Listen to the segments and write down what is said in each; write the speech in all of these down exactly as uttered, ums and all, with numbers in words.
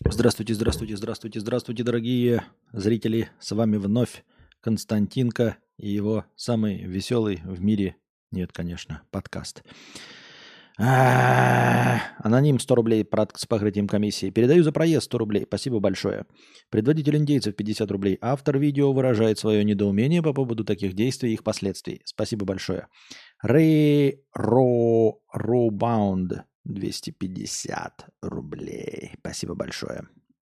Здравствуйте, здравствуйте, здравствуйте, здравствуйте, дорогие зрители. С вами вновь Константинка и его самый веселый в мире, нет, конечно, подкаст. А, Аноним сто рублей с покрытием комиссии. Передаю за проезд сто рублей. Спасибо большое. Предводитель индейцев пятьдесят рублей. Автор видео выражает свое недоумение по поводу таких действий и их последствий. Спасибо большое. Рэй Ро Роубаунд двести пятьдесят рублей. Спасибо большое.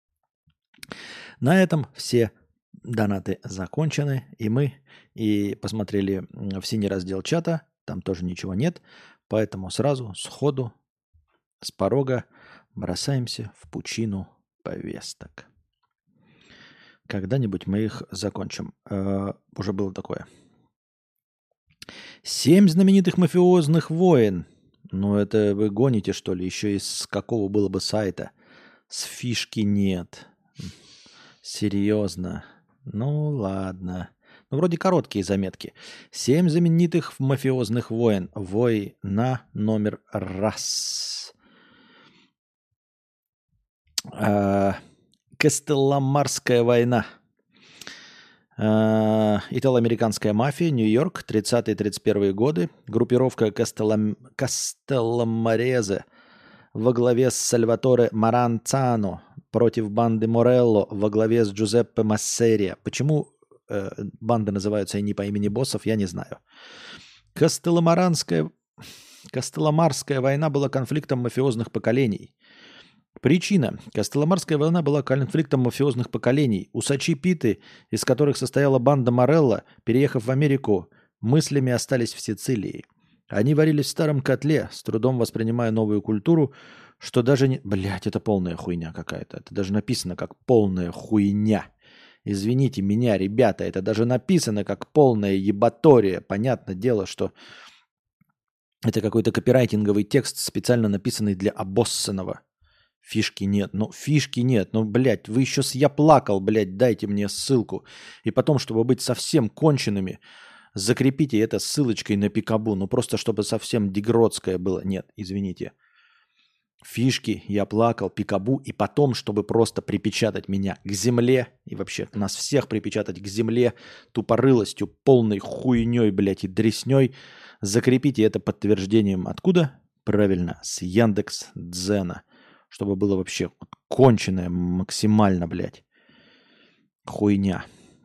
На этом все донаты закончены. И мы и посмотрели в синий раздел чата. Там тоже ничего нет. Поэтому сразу, сходу, с порога бросаемся в пучину повесток. Когда-нибудь мы их закончим. Э, уже было такое. Семь знаменитых мафиозных войн. Ну, это вы гоните, что ли? Еще из какого было бы сайта? С фишки нет. Серьезно. Ну, ладно. Ну, вроде короткие заметки. Семь знаменитых мафиозных войн. Война номер раз. А, Костелламарская война. А, итало-американская мафия, Нью-Йорк, тридцатые-тридцать первые годы. Группировка Костеллам... Костелламарезе во главе с Сальваторе Маранцано против банды Морелло во главе с Джузеппе Массерия. Почему э, банды называются и не по имени боссов, я не знаю. Костелламаранская... Костелламарская война была конфликтом мафиозных поколений. Причина. Костелламарская война была конфликтом мафиозных поколений. Усачи Питы, из которых состояла банда Морелло, переехав в Америку, мыслями остались в Сицилии. Они варились в старом котле, с трудом воспринимая новую культуру, что даже не... Блядь, это полная хуйня какая-то. Это даже написано как полная хуйня. Извините меня, ребята, это даже написано как полная ебатория. Понятное дело, что это какой-то копирайтинговый текст, специально написанный для обоссанного. Фишки нет. Ну, фишки нет. Ну, блядь, вы еще с «я плакал», блядь, дайте мне ссылку. И потом, чтобы быть совсем конченными, закрепите это ссылочкой на Пикабу. Ну, просто чтобы совсем дегродское было. Нет, извините. Фишки, «я плакал», Пикабу. И потом, чтобы просто припечатать меня к земле. И вообще нас всех припечатать к земле тупорылостью, полной хуйней, блядь, и дресней. Закрепите это подтверждением откуда? Правильно, с Яндекс.Дзена. Чтобы было вообще конченое максимально, блядь. Хуйня.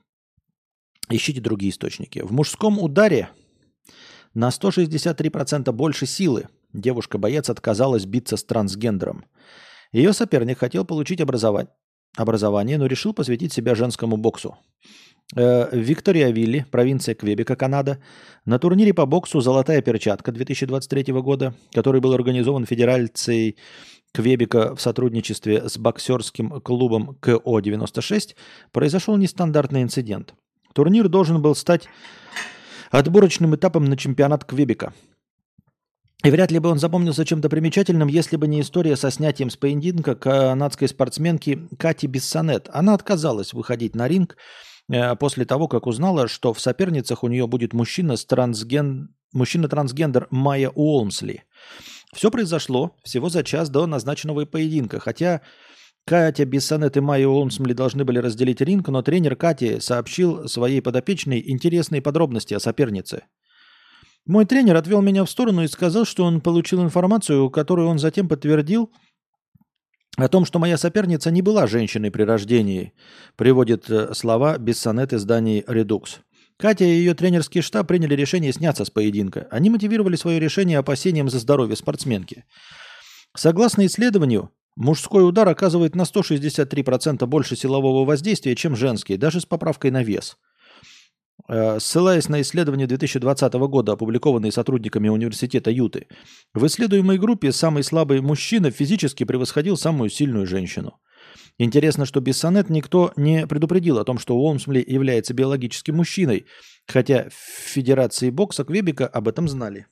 Ищите другие источники. В мужском ударе на сто шестьдесят три процента больше силы девушка-боец отказалась биться с трансгендером. Ее соперник хотел получить образование, образование, но решил посвятить себя женскому боксу. В Викториавилле, провинция Квебека, Канада, на турнире по боксу «Золотая перчатка» две тысячи двадцать третьего года, который был организован Федерацией Квебека в сотрудничестве с боксерским клубом ка о девяносто шесть, произошел нестандартный инцидент. Турнир должен был стать отборочным этапом на чемпионат Квебека. И вряд ли бы он запомнился чем-то примечательным, если бы не история со снятием с поединка канадской спортсменки Кати Биссонет. Она отказалась выходить на ринг после того, как узнала, что в соперницах у нее будет мужчина с трансген... мужчина-трансгендер Майя Уолмсли. Все произошло всего за час до назначенного поединка, хотя Катя Биссонет и Майя Уолмсли должны были разделить ринг, но тренер Кати сообщил своей подопечной интересные подробности о сопернице. Мой тренер отвел меня в сторону и сказал, что он получил информацию, которую он затем подтвердил, о том, что моя соперница не была женщиной при рождении, приводит слова Биссонет изданий «Редукс». Катя и ее тренерский штаб приняли решение сняться с поединка. Они мотивировали свое решение опасением за здоровье спортсменки. Согласно исследованию, мужской удар оказывает на сто шестьдесят три процента больше силового воздействия, чем женский, даже с поправкой на вес. Ссылаясь на исследование две тысячи двадцатого года, опубликованные сотрудниками университета Юты, в исследуемой группе самый слабый мужчина физически превосходил самую сильную женщину. Интересно, что Биссонет никто не предупредил о том, что Уолмсли является биологическим мужчиной, хотя в Федерации бокса Квебека об этом знали.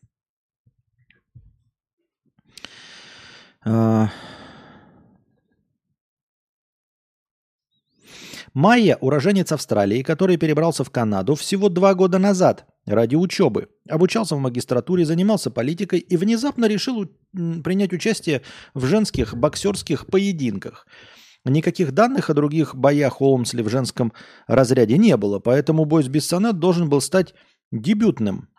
Майя – уроженец Австралии, который перебрался в Канаду всего два года назад ради учебы. Обучался в магистратуре, занимался политикой и внезапно решил принять участие в женских боксерских поединках. никаких данных о других боях Холмсли в женском разряде не было, поэтому бой с Бессонет должен был стать дебютным.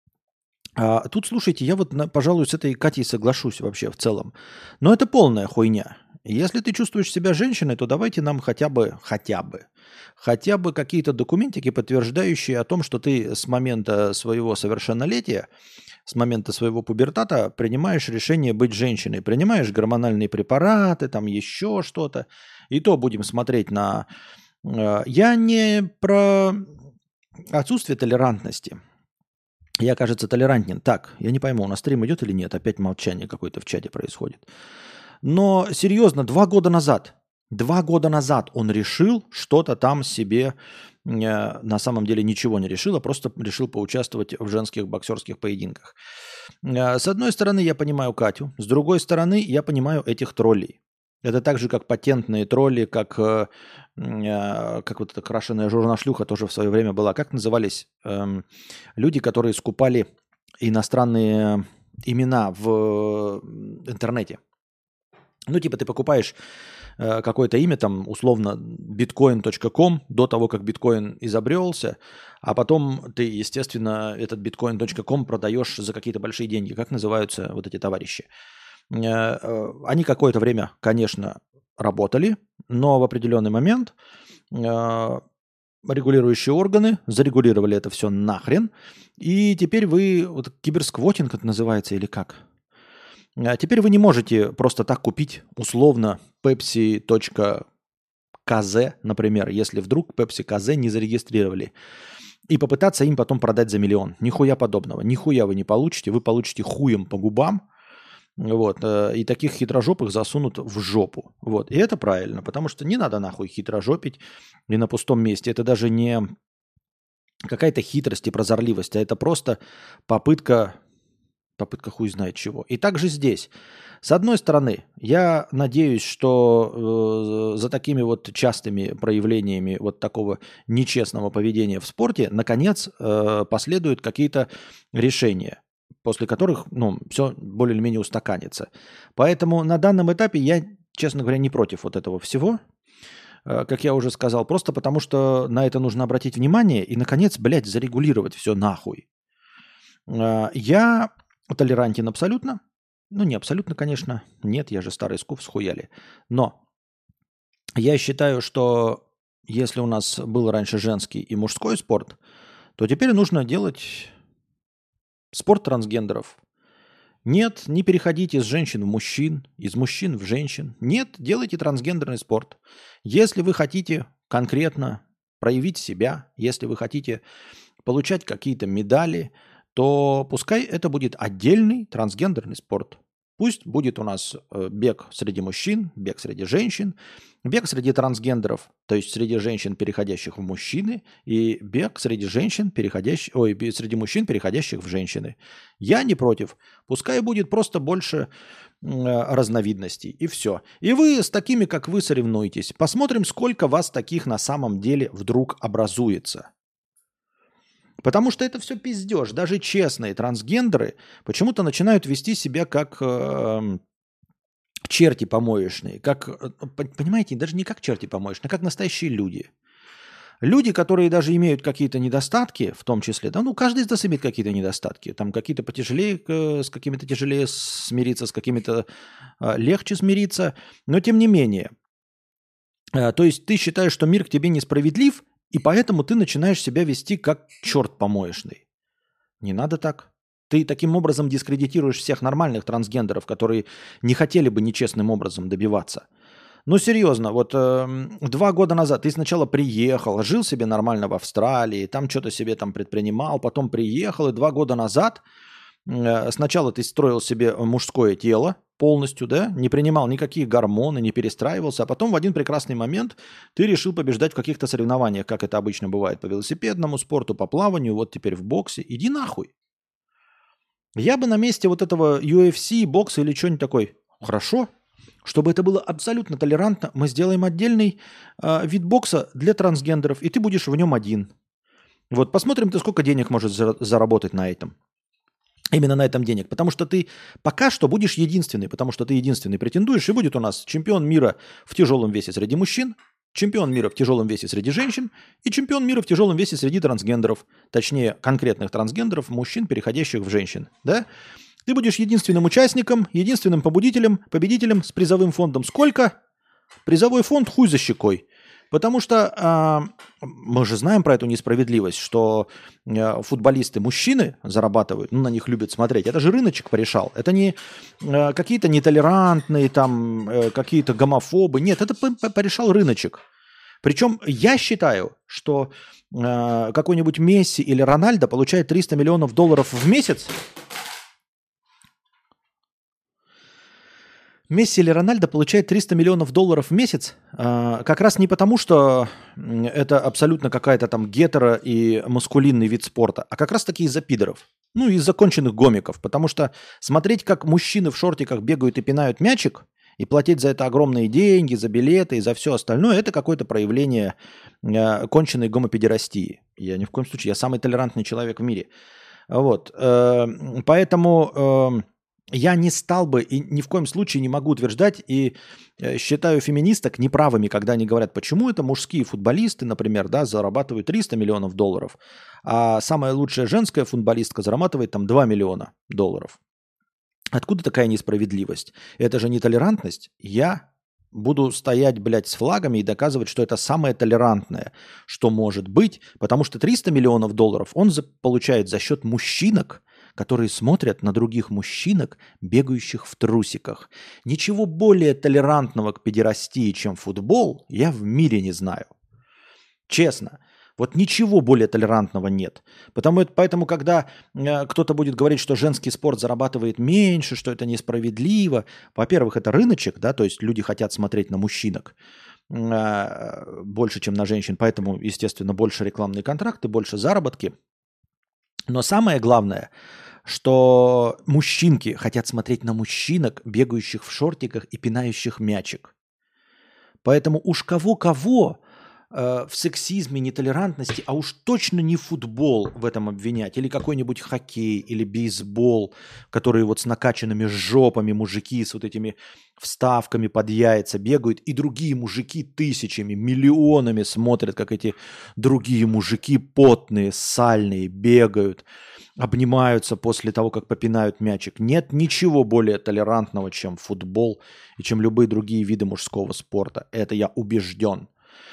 А тут, слушайте, я вот, на- пожалуй, с этой Катей соглашусь вообще в целом. Но это полная хуйня. Если ты чувствуешь себя женщиной, то давайте нам хотя бы, хотя бы, хотя бы какие-то документики, подтверждающие о том, что ты с момента своего совершеннолетия, с момента своего пубертата принимаешь решение быть женщиной. Принимаешь гормональные препараты, там еще что-то. И то будем смотреть на... э, Я не про отсутствие толерантности. Я, кажется, толерантен. Так, я не пойму, у нас стрим идет или нет? Опять молчание какое-то в чате происходит. Но серьезно, два года назад, два года назад он решил что-то там себе, э, на самом деле ничего не решил, а просто решил поучаствовать в женских боксерских поединках. Э, С одной стороны, я понимаю Катю, с другой стороны, я понимаю этих троллей. Это так же, как патентные тролли, как, э, э, как вот эта крашеная журнашлюха тоже в свое время была. Как назывались эм, люди, которые скупали иностранные имена в э, интернете? Ну, типа ты покупаешь э, какое-то имя, там, условно, биткоин точка ком до того, как биткоин изобрелся, а потом ты, естественно, этот биткоин точка ком продаешь за какие-то большие деньги. Как называются вот эти товарищи? Э, э, Они какое-то время, конечно, работали, но в определенный момент э, регулирующие органы зарегулировали это все нахрен, и теперь вы, вот киберсквотинг это называется или как? А теперь вы не можете просто так купить условно пепси точка кз, например, если вдруг Pepsi кз не зарегистрировали, и попытаться им потом продать за миллион. Нихуя подобного. Нихуя вы не получите. Вы получите хуем по губам. Вот, э, и таких хитрожопых засунут в жопу. Вот, и это правильно, потому что не надо нахуй хитрожопить и на пустом месте. Это даже не какая-то хитрость и прозорливость, а это просто попытка Попытка хуй знает чего. И также здесь. С одной стороны, я надеюсь, что э, за такими вот частыми проявлениями вот такого нечестного поведения в спорте, наконец, э, последуют какие-то решения, после которых, ну, все более или менее устаканится. Поэтому на данном этапе я, честно говоря, не против вот этого всего, э, как я уже сказал, просто потому что на это нужно обратить внимание и, наконец, блядь, зарегулировать все нахуй. Э, я толерантен абсолютно. Ну, не абсолютно, конечно. Нет, я же старый скуф схуяли. Но я считаю, что если у нас был раньше женский и мужской спорт, то теперь нужно делать спорт трансгендеров. Нет, не переходите из женщин в мужчин, из мужчин в женщин. Нет, делайте трансгендерный спорт. Если вы хотите конкретно проявить себя, если вы хотите получать какие-то медали, то пускай это будет отдельный трансгендерный спорт. Пусть будет у нас э, бег среди мужчин, бег среди женщин, бег среди трансгендеров, то есть среди женщин, переходящих в мужчины, и бег среди женщин, переходящих, ой, бе- среди мужчин, переходящих в женщины. Я не против. Пускай будет просто больше э, разновидностей, и все. И вы с такими, как вы, соревнуетесь. Посмотрим, сколько вас таких на самом деле вдруг образуется. Потому что это все пиздеж. Даже честные трансгендеры почему-то начинают вести себя как э, черти помоечные. Как, э, п- понимаете, даже не как черти помоечные, а как настоящие люди. Люди, которые даже имеют какие-то недостатки, в том числе, да, ну, каждый из нас имеет какие-то недостатки. Там какие-то потяжелее, э, с какими-то тяжелее смириться, с какими-то э, легче смириться. Но тем не менее. Э, то есть ты считаешь, что мир к тебе несправедлив, и поэтому ты начинаешь себя вести как черт помоечный. Не надо так. Ты таким образом дискредитируешь всех нормальных трансгендеров, которые не хотели бы нечестным образом добиваться. Ну, серьезно, вот э, два года назад ты сначала приехал, жил себе нормально в Австралии, там что-то себе там предпринимал, потом приехал, и два года назад э, сначала ты строил себе мужское тело полностью, да, не принимал никакие гормоны, не перестраивался, а потом в один прекрасный момент ты решил побеждать в каких-то соревнованиях, как это обычно бывает, по велосипедному спорту, по плаванию, вот теперь в боксе. Иди нахуй. Я бы на месте вот этого ю эф си, бокса или что-нибудь такой, хорошо, чтобы это было абсолютно толерантно, мы сделаем отдельный э, вид бокса для трансгендеров, и ты будешь в нем один. Вот, посмотрим, ты сколько денег можешь за- заработать на этом. именно на этом денег. Потому что ты пока что будешь единственный, потому что ты единственный претендуешь, и будет у нас чемпион мира в тяжелом весе среди мужчин, чемпион мира в тяжелом весе среди женщин и чемпион мира в тяжелом весе среди трансгендеров. Точнее, конкретных трансгендеров, мужчин, переходящих в женщин. Да? Ты будешь единственным участником, единственным победителем, победителем с призовым фондом. Сколько? Призовой фонд хуй за щекой. Потому что а, мы же знаем про эту несправедливость, что а, футболисты-мужчины зарабатывают, ну, на них любят смотреть. Это же рыночек порешал. Это не а, какие-то нетолерантные, там, а, какие-то гомофобы. Нет, это порешал рыночек. Причем я считаю, что а, какой-нибудь Месси или Рональдо получает триста миллионов долларов в месяц. Месси или Рональдо получает триста миллионов долларов в месяц э, как раз не потому, что это абсолютно какая-то там гетеро и маскулинный вид спорта, а как раз таки из-за пидоров. Ну, из законченных гомиков. Потому что смотреть, как мужчины в шортиках бегают и пинают мячик, и платить за это огромные деньги, за билеты и за все остальное, это какое-то проявление э, конченной гомопедерастии. Я ни в коем случае, я самый толерантный человек в мире. Вот. Э, поэтому... Э, Я не стал бы и ни в коем случае не могу утверждать и э, считаю феминисток неправыми, когда они говорят, почему это мужские футболисты, например, да, зарабатывают триста миллионов долларов, а самая лучшая женская футболистка зарабатывает там два миллиона долларов. Откуда такая несправедливость? Это же не толерантность. Я буду стоять, блядь, с флагами и доказывать, что это самое толерантное, что может быть, потому что триста миллионов долларов он за, получает за счет мужчинок, которые смотрят на других мужчинок, бегающих в трусиках. Ничего более толерантного к педерастии, чем футбол, я в мире не знаю. Честно. Вот ничего более толерантного нет. Потому, поэтому, когда э, кто-то будет говорить, что женский спорт зарабатывает меньше, что это несправедливо, во-первых, это рыночек, да, то есть люди хотят смотреть на мужчинок э, больше, чем на женщин, поэтому, естественно, больше рекламные контракты, больше заработки. Но самое главное, что мужчинки хотят смотреть на мужчинок, бегающих в шортиках и пинающих мячик. Поэтому уж кого-кого э, в сексизме, нетолерантности, а уж точно не футбол в этом обвинять, или какой-нибудь хоккей, или бейсбол, которые вот с накачанными жопами мужики, с вот этими вставками под яйца бегают, и другие мужики тысячами, миллионами смотрят, как эти другие мужики потные, сальные бегают, обнимаются после того, как попинают мячик. Нет ничего более толерантного, чем футбол и чем любые другие виды мужского спорта. Это я убежден.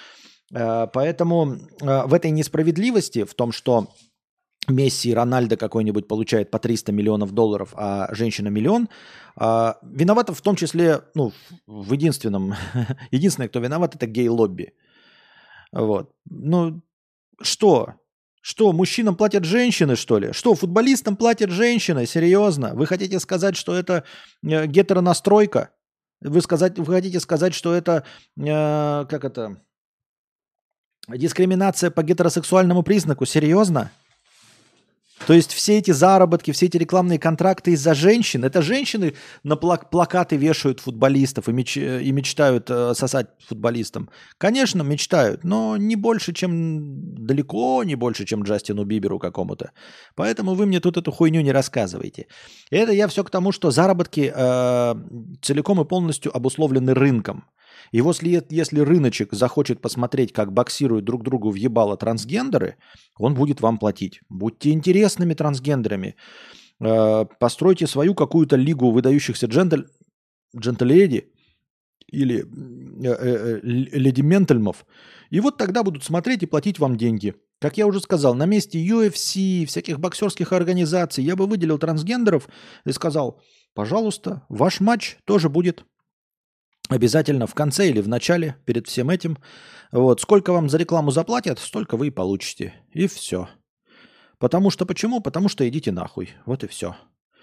Поэтому в этой несправедливости, в том, что Месси и Рональдо какой-нибудь получает по триста миллионов долларов, а женщина миллион, виновата в том числе, ну, в единственном, единственное, кто виноват, это гей-лобби. Вот. Ну, что? Что, мужчинам платят женщины, что ли? Что, футболистам платят женщины? Серьезно? Вы хотите сказать, что это э, гетеронастройка? Вы, сказать, вы хотите сказать, что это, э, как это, дискриминация по гетеросексуальному признаку? Серьезно? То есть все эти заработки, все эти рекламные контракты из-за женщин, это женщины на плак- плакаты вешают футболистов и, меч- и мечтают э, сосать футболистам. Конечно, мечтают, но не больше, чем, далеко не больше, чем Джастину Биберу какому-то. Поэтому вы мне тут эту хуйню не рассказываете. И это я все к тому, что заработки э, целиком и полностью обусловлены рынком. И если, если рыночек захочет посмотреть, как боксируют друг другу в ебало трансгендеры, он будет вам платить. Будьте интересными трансгендерами. Э, постройте свою какую-то лигу выдающихся джентель... джентеледи или э, э, леди-ментельмов. И вот тогда будут смотреть и платить вам деньги. Как я уже сказал, на месте ю эф си, всяких боксерских организаций, я бы выделил трансгендеров и сказал, пожалуйста, ваш матч тоже будет обязательно в конце или в начале, перед всем этим. Вот. Сколько вам за рекламу заплатят, столько вы и получите. И все. Потому что почему? Потому что идите нахуй. Вот и все.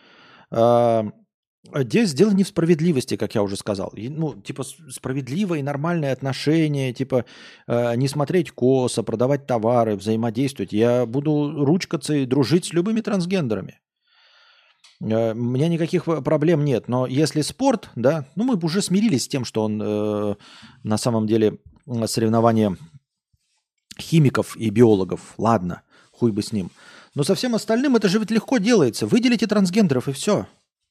А, здесь дело не в справедливости, как я уже сказал. И, ну, типа справедливое и нормальное отношение, типа э, не смотреть косо, продавать товары, взаимодействовать. Я буду ручкаться и дружить с любыми трансгендерами. У меня никаких проблем нет, но если спорт, да, ну мы уже смирились с тем, что он э, на самом деле соревнование химиков и биологов, ладно, хуй бы с ним. Но со всем остальным это же ведь легко делается. Выделите трансгендеров и все.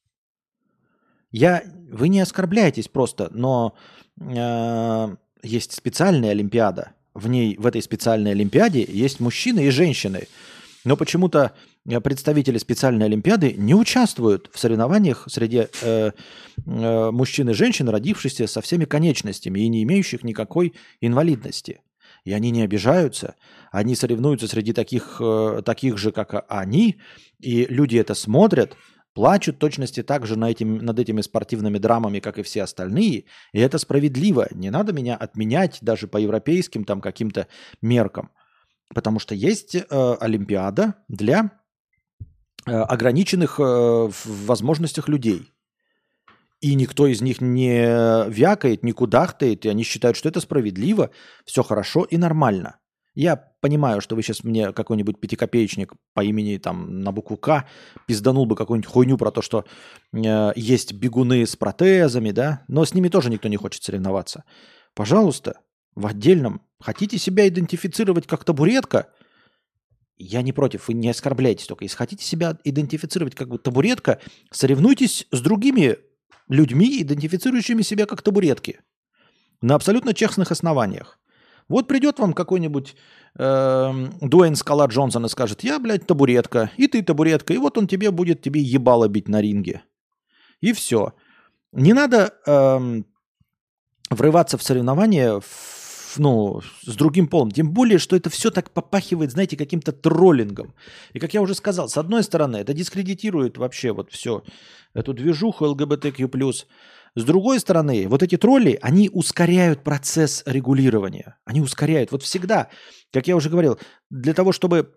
Я, вы не оскорбляетесь просто, но э, есть специальная олимпиада. В ней, в этой специальной олимпиаде есть мужчины и женщины. Но почему-то представители специальной олимпиады не участвуют в соревнованиях среди э, э, мужчин и женщин, родившихся со всеми конечностями и не имеющих никакой инвалидности. И они не обижаются. Они соревнуются среди таких, э, таких же, как они. И люди это смотрят, плачут в точности так же на этим, над этими спортивными драмами, как и все остальные. И это справедливо. Не надо меня отменять даже по европейским там каким-то меркам. Потому что есть э, олимпиада для э, ограниченных э, в возможностях людей. И никто из них не вякает, не кудахтает, и они считают, что это справедливо, все хорошо и нормально. Я понимаю, что вы сейчас мне какой-нибудь пятикопеечник по имени там на букву К пизданул бы какую-нибудь хуйню про то, что э, есть бегуны с протезами, да, но с ними тоже никто не хочет соревноваться. Пожалуйста, в отдельном. Хотите себя идентифицировать как табуретка? Я не против, вы не оскорбляйтесь только. Если хотите себя идентифицировать как бы табуретка, соревнуйтесь с другими людьми, идентифицирующими себя как табуретки. На абсолютно честных основаниях. Вот придет вам какой-нибудь э, Дуэйн Скала Джонсон и скажет: я, блядь, табуретка, и ты табуретка, и вот он тебе будет тебе ебало бить на ринге. И все. Не надо э, врываться в соревнования в, ну, с другим полом. Тем более, что это все так попахивает, знаете, каким-то троллингом. И как я уже сказал, с одной стороны, это дискредитирует вообще вот все, эту движуху эл гэ бэ тэ кью плюс. С другой стороны, вот эти тролли, они ускоряют процесс регулирования. Они ускоряют. Вот всегда, как я уже говорил, для того, чтобы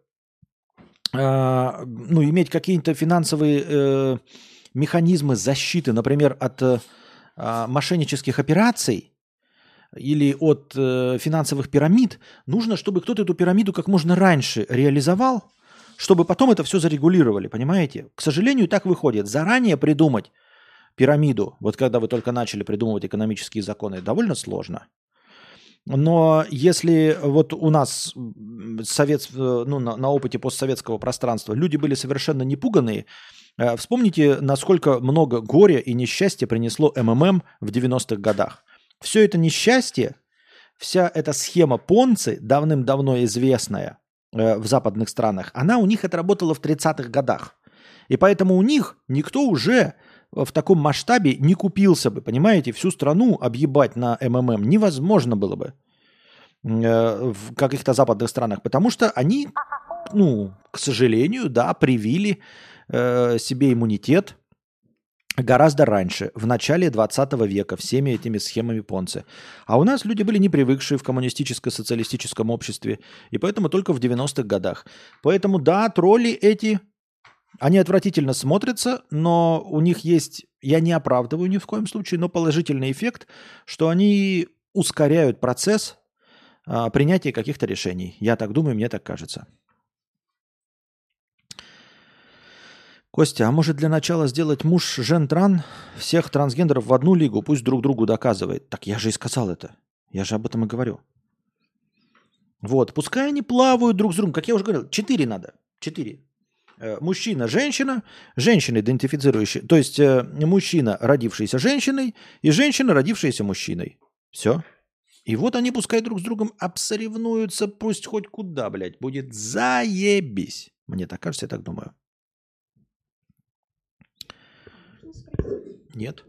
э, ну, иметь какие-то финансовые э, механизмы защиты, например, от э, мошеннических операций или от э, финансовых пирамид, нужно, чтобы кто-то эту пирамиду как можно раньше реализовал, чтобы потом это все зарегулировали, понимаете? К сожалению, так выходит. Заранее придумать пирамиду, вот когда вы только начали придумывать экономические законы, довольно сложно. Но если вот у нас совет, ну, на, на опыте постсоветского пространства люди были совершенно непуганные, э, вспомните, насколько много горя и несчастья принесло эм эм эм в девяностых годах. Все это несчастье, вся эта схема Понци, давным-давно известная э, в западных странах, она у них отработала в тридцатых годах. И поэтому у них никто уже в таком масштабе не купился бы, понимаете? Всю страну объебать на эм эм эм невозможно было бы э, в каких-то западных странах, потому что они, ну, к сожалению, да, привили э, себе иммунитет гораздо раньше, в начале двадцатого века, всеми этими схемами Понци. А у нас люди были не привыкшие в коммунистическо-социалистическом обществе, и поэтому только в девяностых годах. Поэтому, да, тролли эти... Они отвратительно смотрятся, но у них есть, я не оправдываю ни в коем случае, но положительный эффект, что они ускоряют процесс а, принятия каких-то решений. Я так думаю, мне так кажется. Костя, а может для начала сделать муж жен-тран, всех трансгендеров в одну лигу, пусть друг другу доказывает? Так я же и сказал это. Я же об этом и говорю. Вот, пускай они плавают друг с другом. Как я уже говорил, четыре надо. Четыре. Мужчина, женщина, женщина, идентифицирующая, то есть э, мужчина, родившийся женщиной, и женщина, родившаяся мужчиной. Все. И вот они пускай друг с другом обсоревнуются, пусть хоть куда, блядь, будет заебись. Мне так кажется, я так думаю. Нет.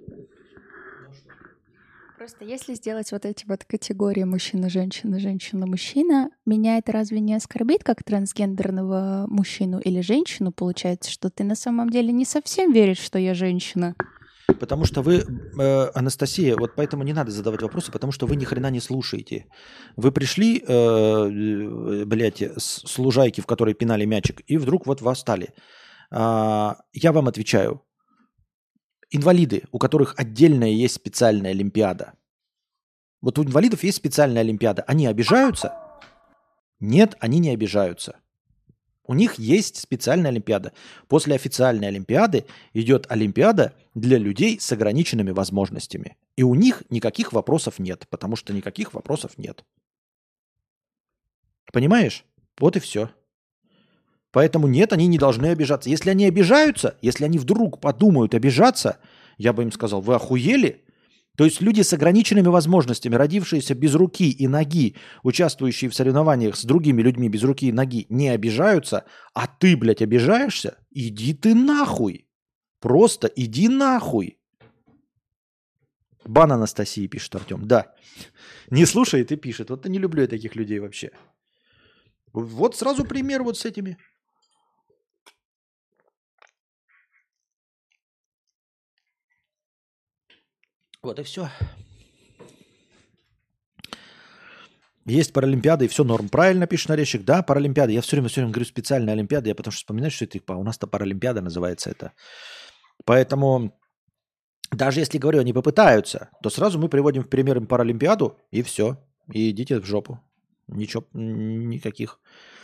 Просто если сделать вот эти вот категории мужчина-женщина, женщина-мужчина, меня это разве не оскорбит как трансгендерного мужчину или женщину? Получается, что ты на самом деле не совсем веришь, что я женщина. Потому что вы, э, Анастасия, вот поэтому не надо задавать вопросы, потому что вы ни хрена не слушаете. Вы пришли, э, блядь, с, с лужайки, в которой пинали мячик, и вдруг вот вас стали. А, я вам отвечаю. Инвалиды, у которых отдельная есть специальная олимпиада. Вот у инвалидов есть специальная олимпиада. Они обижаются? Нет, они не обижаются. У них есть специальная олимпиада. После официальной олимпиады идет олимпиада для людей с ограниченными возможностями. И у них никаких вопросов нет, потому что никаких вопросов нет. Понимаешь? Вот и все. Поэтому нет, они не должны обижаться. Если они обижаются, если они вдруг подумают обижаться, я бы им сказал, вы охуели? То есть люди с ограниченными возможностями, родившиеся без руки и ноги, участвующие в соревнованиях с другими людьми без руки и ноги, не обижаются, а ты, блядь, обижаешься? Иди ты нахуй. Просто иди нахуй. Бан Анастасии, пишет Артем. Да. Не слушает и пишет. Вот не люблю я таких людей вообще. Вот сразу пример вот с этими. Вот и все. Есть Паралимпиады, и все норм. Правильно пишет Нарезчик. Да, Паралимпиады. Я все время, все время говорю специальная Олимпиада. Я потому что вспоминаю, что это типа, у нас-то Паралимпиада называется это. Поэтому даже если, говорю, они попытаются, то сразу мы приводим в пример им Паралимпиаду, и все. И идите в жопу. Ничего, никаких.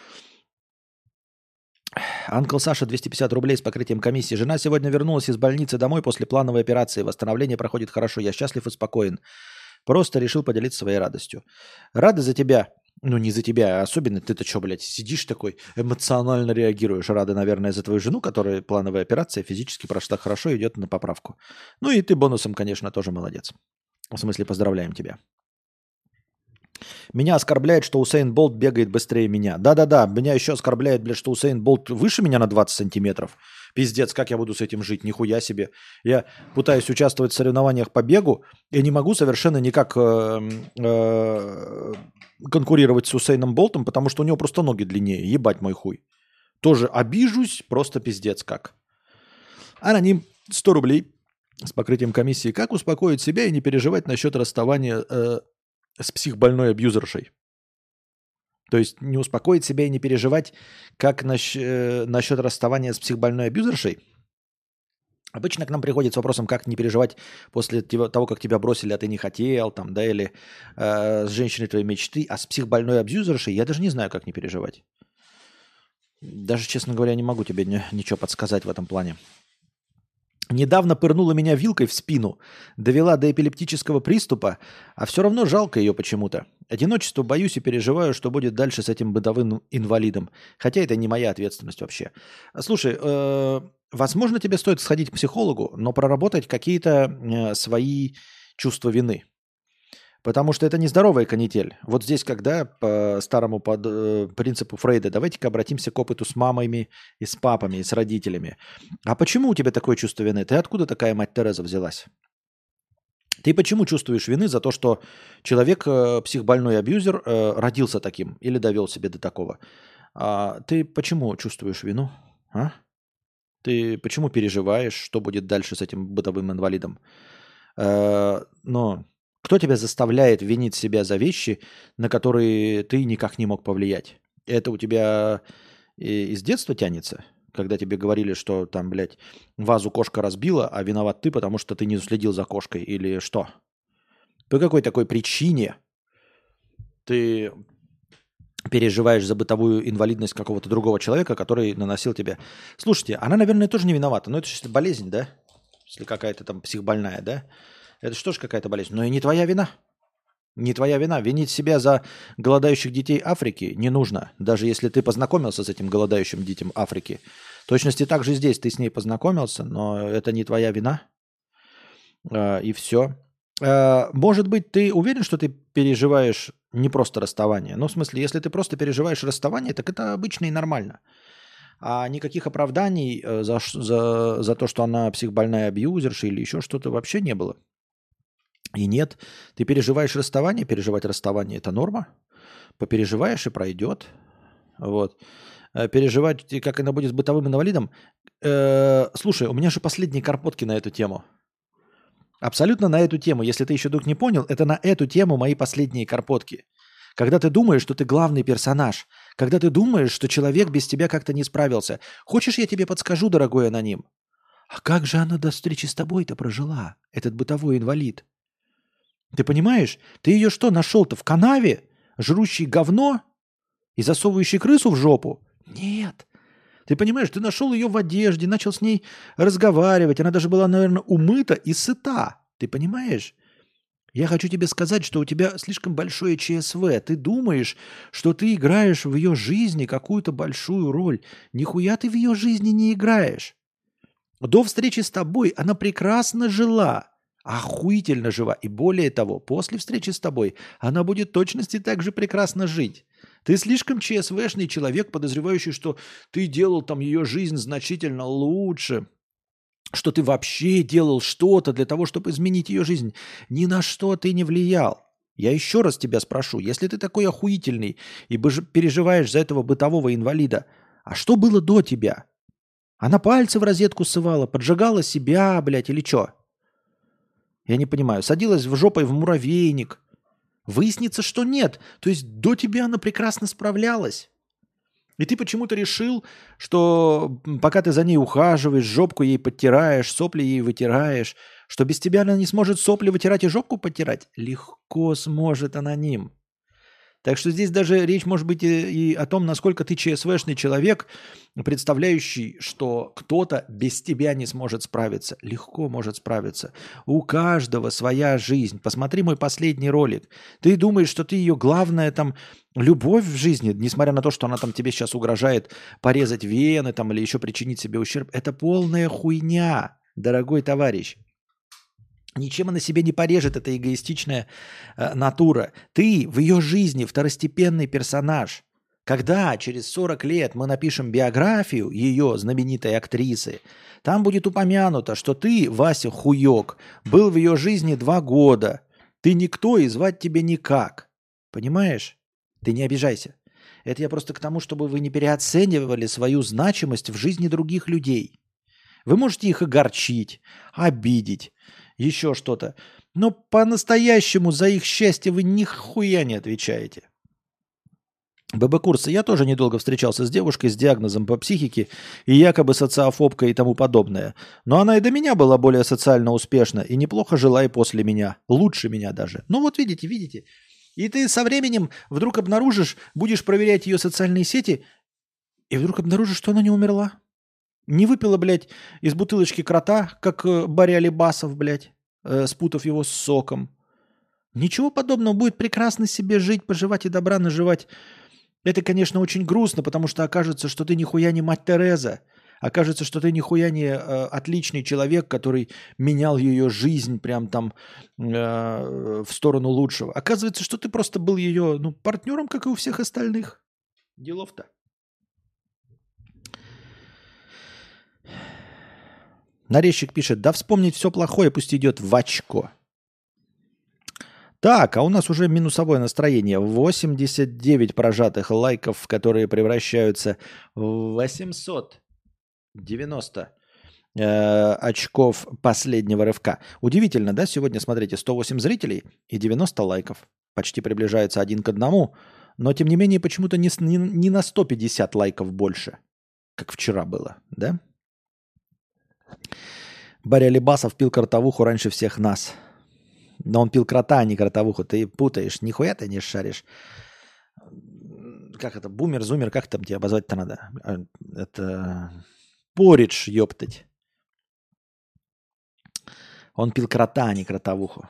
Анкл Саша, двести пятьдесят рублей с покрытием комиссии. Жена сегодня вернулась из больницы домой после плановой операции. Восстановление проходит хорошо. Я счастлив и спокоен. Просто решил поделиться своей радостью. Рада за тебя. Ну, не за тебя, а особенно ты-то что, блядь, сидишь такой, эмоционально реагируешь. Рада, наверное, за твою жену, которая плановая операция физически прошла хорошо, идет на поправку. Ну и ты бонусом, конечно, тоже молодец. В смысле, поздравляем тебя. Меня оскорбляет, что Усейн Болт бегает быстрее меня. Да-да-да, меня еще оскорбляет, блядь, что Усейн Болт выше меня на двадцать сантиметров. Пиздец, как я буду с этим жить? Нихуя себе. Я пытаюсь участвовать в соревнованиях по бегу, и не могу совершенно никак э, э, конкурировать с Усейном Болтом, потому что у него просто ноги длиннее. Ебать мой хуй. Тоже обижусь, просто пиздец как. Аноним, сто рублей с покрытием комиссии. Как успокоить себя и не переживать насчет расставания э, с психбольной абьюзершей? То есть не успокоить себя и не переживать, как насч... э, насчет расставания с психбольной абьюзершей? Обычно к нам приходит с вопросом, как не переживать после того, как тебя бросили, а ты не хотел, там, да, или э, с женщиной твоей мечты, а с психбольной абьюзершей я даже не знаю, как не переживать. Даже, честно говоря, не могу тебе ни, ничего подсказать в этом плане. Недавно пырнула меня вилкой в спину, довела до эпилептического приступа, а все равно жалко ее почему-то. Одиночество боюсь и переживаю, что будет дальше с этим бытовым инвалидом. Хотя это не моя ответственность вообще. Слушай, э, возможно, тебе стоит сходить к психологу, но проработать какие-то э, свои чувства вины. Потому что это нездоровая канитель. Вот здесь, когда по старому под, э, принципу Фрейда, давайте-ка обратимся к опыту с мамами и с папами, и с родителями. А почему у тебя такое чувство вины? Ты откуда такая мать Тереза взялась? Ты почему чувствуешь вины за то, что человек, э, психбольной абьюзер, э, родился таким или довел себя до такого? А ты почему чувствуешь вину? А? Ты почему переживаешь, что будет дальше с этим бытовым инвалидом? Э, но... Кто тебя заставляет винить себя за вещи, на которые ты никак не мог повлиять? Это у тебя из детства тянется? Когда тебе говорили, что там, блядь, вазу кошка разбила, а виноват ты, потому что ты не следил за кошкой? Или что? По какой такой причине ты переживаешь за бытовую инвалидность какого-то другого человека, который наносил тебе? Слушайте, она, наверное, тоже не виновата, но это же болезнь, да? Если какая-то там психбольная, да? Это что ж какая-то болезнь? Но и не твоя вина. Не твоя вина. Винить себя за голодающих детей Африки не нужно. Даже если ты познакомился с этим голодающим детям Африки. В точности так же здесь ты с ней познакомился, но это не твоя вина. И все. Может быть, ты уверен, что ты переживаешь не просто расставание? Ну, в смысле, если ты просто переживаешь расставание, так это обычно и нормально. А никаких оправданий за, за, за то, что она психбольная абьюзерша или еще что-то вообще не было. И нет, ты переживаешь расставание, переживать расставание – это норма. Попереживаешь и пройдет. Вот. Переживать, как она будет с бытовым инвалидом. Э, слушай, у меня же последние карпотки на эту тему. Абсолютно на эту тему. Если ты еще вдруг не понял, это на эту тему мои последние карпотки. Когда ты думаешь, что ты главный персонаж. Когда ты думаешь, что человек без тебя как-то не справился. Хочешь, я тебе подскажу, дорогой аноним? А как же она до встречи с тобой-то прожила, этот бытовой инвалид? Ты понимаешь? Ты ее что, нашел-то в канаве, жрущий говно и засовывающий крысу в жопу? Нет. Ты понимаешь, ты нашел ее в одежде, начал с ней разговаривать. Она даже была, наверное, умыта и сыта. Ты понимаешь? Я хочу тебе сказать, что у тебя слишком большое ЧСВ. Ты думаешь, что ты играешь в ее жизни какую-то большую роль. Нихуя ты в ее жизни не играешь. До встречи с тобой она прекрасно жила. Охуительно жива. И более того, после встречи с тобой она будет в точности так же прекрасно жить. Ты слишком ЧСВшный человек, подозревающий, что ты делал там ее жизнь значительно лучше, что ты вообще делал что-то для того, чтобы изменить ее жизнь. Ни на что ты не влиял. Я еще раз тебя спрошу, если ты такой охуительный и быж- переживаешь за этого бытового инвалида, а что было до тебя? Она пальцы в розетку ссывала, поджигала себя, блядь, или что? Я не понимаю. Садилась в жопой в муравейник. Выяснится, что нет. То есть до тебя она прекрасно справлялась. И ты почему-то решил, что пока ты за ней ухаживаешь, жопку ей подтираешь, сопли ей вытираешь, что без тебя она не сможет сопли вытирать и жопку подтирать? Легко сможет аноним. Так что здесь даже речь может быть и, и о том, насколько ты ЧСВшный человек, представляющий, что кто-то без тебя не сможет справиться. Легко может справиться. У каждого своя жизнь. Посмотри мой последний ролик. Ты думаешь, что ты ее главная там любовь в жизни, несмотря на то, что она там тебе сейчас угрожает порезать вены там, или еще причинить себе ущерб. Это полная хуйня, дорогой товарищ. Ничем она себе не порежет, эта эгоистичная э, натура. Ты в ее жизни второстепенный персонаж. Когда через сорок лет мы напишем биографию ее знаменитой актрисы, там будет упомянуто, что ты, Вася Хуёк, был в ее жизни два года. Ты никто и звать тебя никак. Понимаешь? Ты не обижайся. Это я просто к тому, чтобы вы не переоценивали свою значимость в жизни других людей. Вы можете их огорчить, обидеть, еще что-то. Но по-настоящему за их счастье вы нихуя не отвечаете. ББ-курсы. Я тоже недолго встречался с девушкой с диагнозом по психике и якобы социофобкой и тому подобное. Но она и до меня была более социально успешна и неплохо жила и после меня. Лучше меня даже. Ну вот видите, видите. И ты со временем вдруг обнаружишь, будешь проверять ее социальные сети, и вдруг обнаружишь, что она не умерла. Не выпила, блядь, из бутылочки крота, как э, Барри Алибасов, блядь, э, спутав его с соком. Ничего подобного. Будет прекрасно себе жить, поживать и добра наживать. Это, конечно, очень грустно, потому что окажется, что ты нихуя не мать Тереза. Окажется, что ты нихуя не э, отличный человек, который менял ее жизнь прям там э, в сторону лучшего. Оказывается, что ты просто был ее ну, партнером, как и у всех остальных. Делов-то. Нарезчик пишет, да вспомнить все плохое, пусть идет в очко. Так, а у нас уже минусовое настроение. восемьдесят девять прожатых лайков, которые превращаются в восемьсот девяносто э, очков последнего рывка. Удивительно, да? Сегодня, смотрите, сто восемь зрителей и девяносто лайков. Почти приближается один к одному. Но, тем не менее, почему-то не, не, не на сто пятьдесят лайков больше, как вчера было, да? Барри Алибасов пил кротовуху раньше всех нас. Но он пил крота, а не кротовуху. Ты путаешь. Нихуя ты не шаришь. Как это? Бумер, зумер, как там тебе обозвать-то надо? Это поридж, ёптать. Он пил крота, а не кротовуху.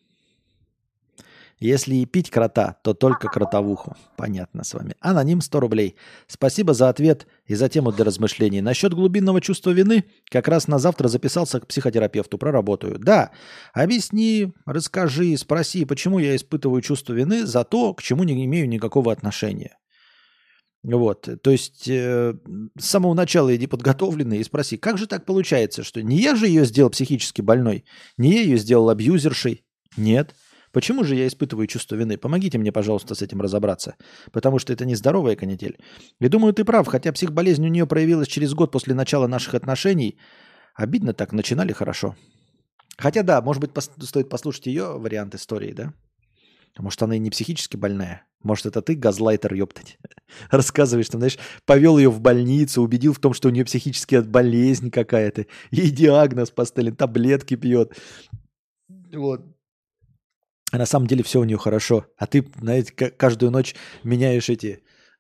Если и пить крота, то только кротовуху. Понятно с вами. Аноним сто рублей. Спасибо за ответ и за тему для размышлений. Насчет глубинного чувства вины как раз на завтра записался к психотерапевту. Проработаю. Да, объясни, расскажи, спроси, почему я испытываю чувство вины за то, к чему не имею никакого отношения. Вот, то есть э, с самого начала иди подготовленный и спроси, как же так получается, что не я же ее сделал психически больной, не я ее сделал абьюзершей? Нет. Почему же я испытываю чувство вины? Помогите мне, пожалуйста, с этим разобраться. Потому что это нездоровая канитель. И думаю, ты прав, хотя психболезнь у нее проявилась через год после начала наших отношений. Обидно так, начинали хорошо. Хотя да, может быть, пос- стоит послушать ее вариант истории, да? Может, она и не психически больная. Может, это ты, газлайтер, ёптать. Рассказываешь, там, знаешь, повел ее в больницу, убедил в том, что у нее психическая болезнь какая-то. Ей диагноз поставили, таблетки пьет. Вот. А на самом деле все у нее хорошо. А ты, знаете, каждую ночь меняешь эти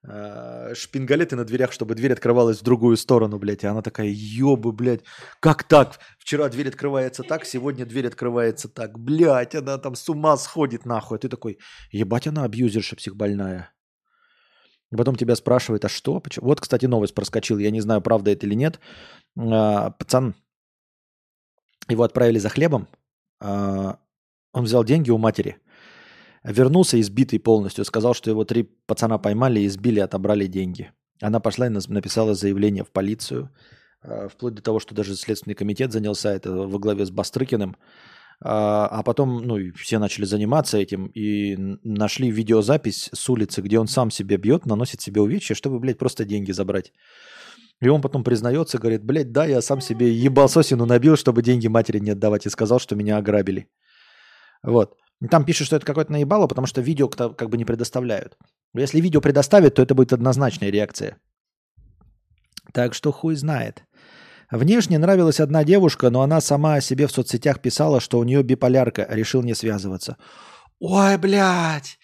э, шпингалеты на дверях, чтобы дверь открывалась в другую сторону, блядь. И она такая, ёбы, блядь, как так? Вчера дверь открывается так, сегодня дверь открывается так. Блядь, она там с ума сходит нахуй. А ты такой, ебать, она абьюзерша психбольная. И потом тебя спрашивают, а что? Почему? Вот, кстати, новость проскочила. Я не знаю, правда это или нет. А, пацан, его отправили за хлебом. А, он взял деньги у матери. Вернулся избитый полностью. Сказал, что его три пацана поймали, избили, отобрали деньги. Она пошла и написала заявление в полицию. А, вплоть до того, что даже Следственный комитет занялся это во главе с Бастрыкиным. А, а потом, ну, и все начали заниматься этим и нашли видеозапись с улицы, где он сам себя бьет, наносит себе увечья, чтобы, блядь, просто деньги забрать. И он потом признается, говорит, блядь, да, я сам себе ебалсосину набил, чтобы деньги матери не отдавать, и сказал, что меня ограбили. Вот. И там пишут, что это какое-то наебало, потому что видео как бы не предоставляют. Если видео предоставят, то это будет однозначная реакция. Так что хуй знает. Внешне нравилась одна девушка, но она сама о себе в соцсетях писала, что у нее биполярка, решил не связываться. Ой, блядь!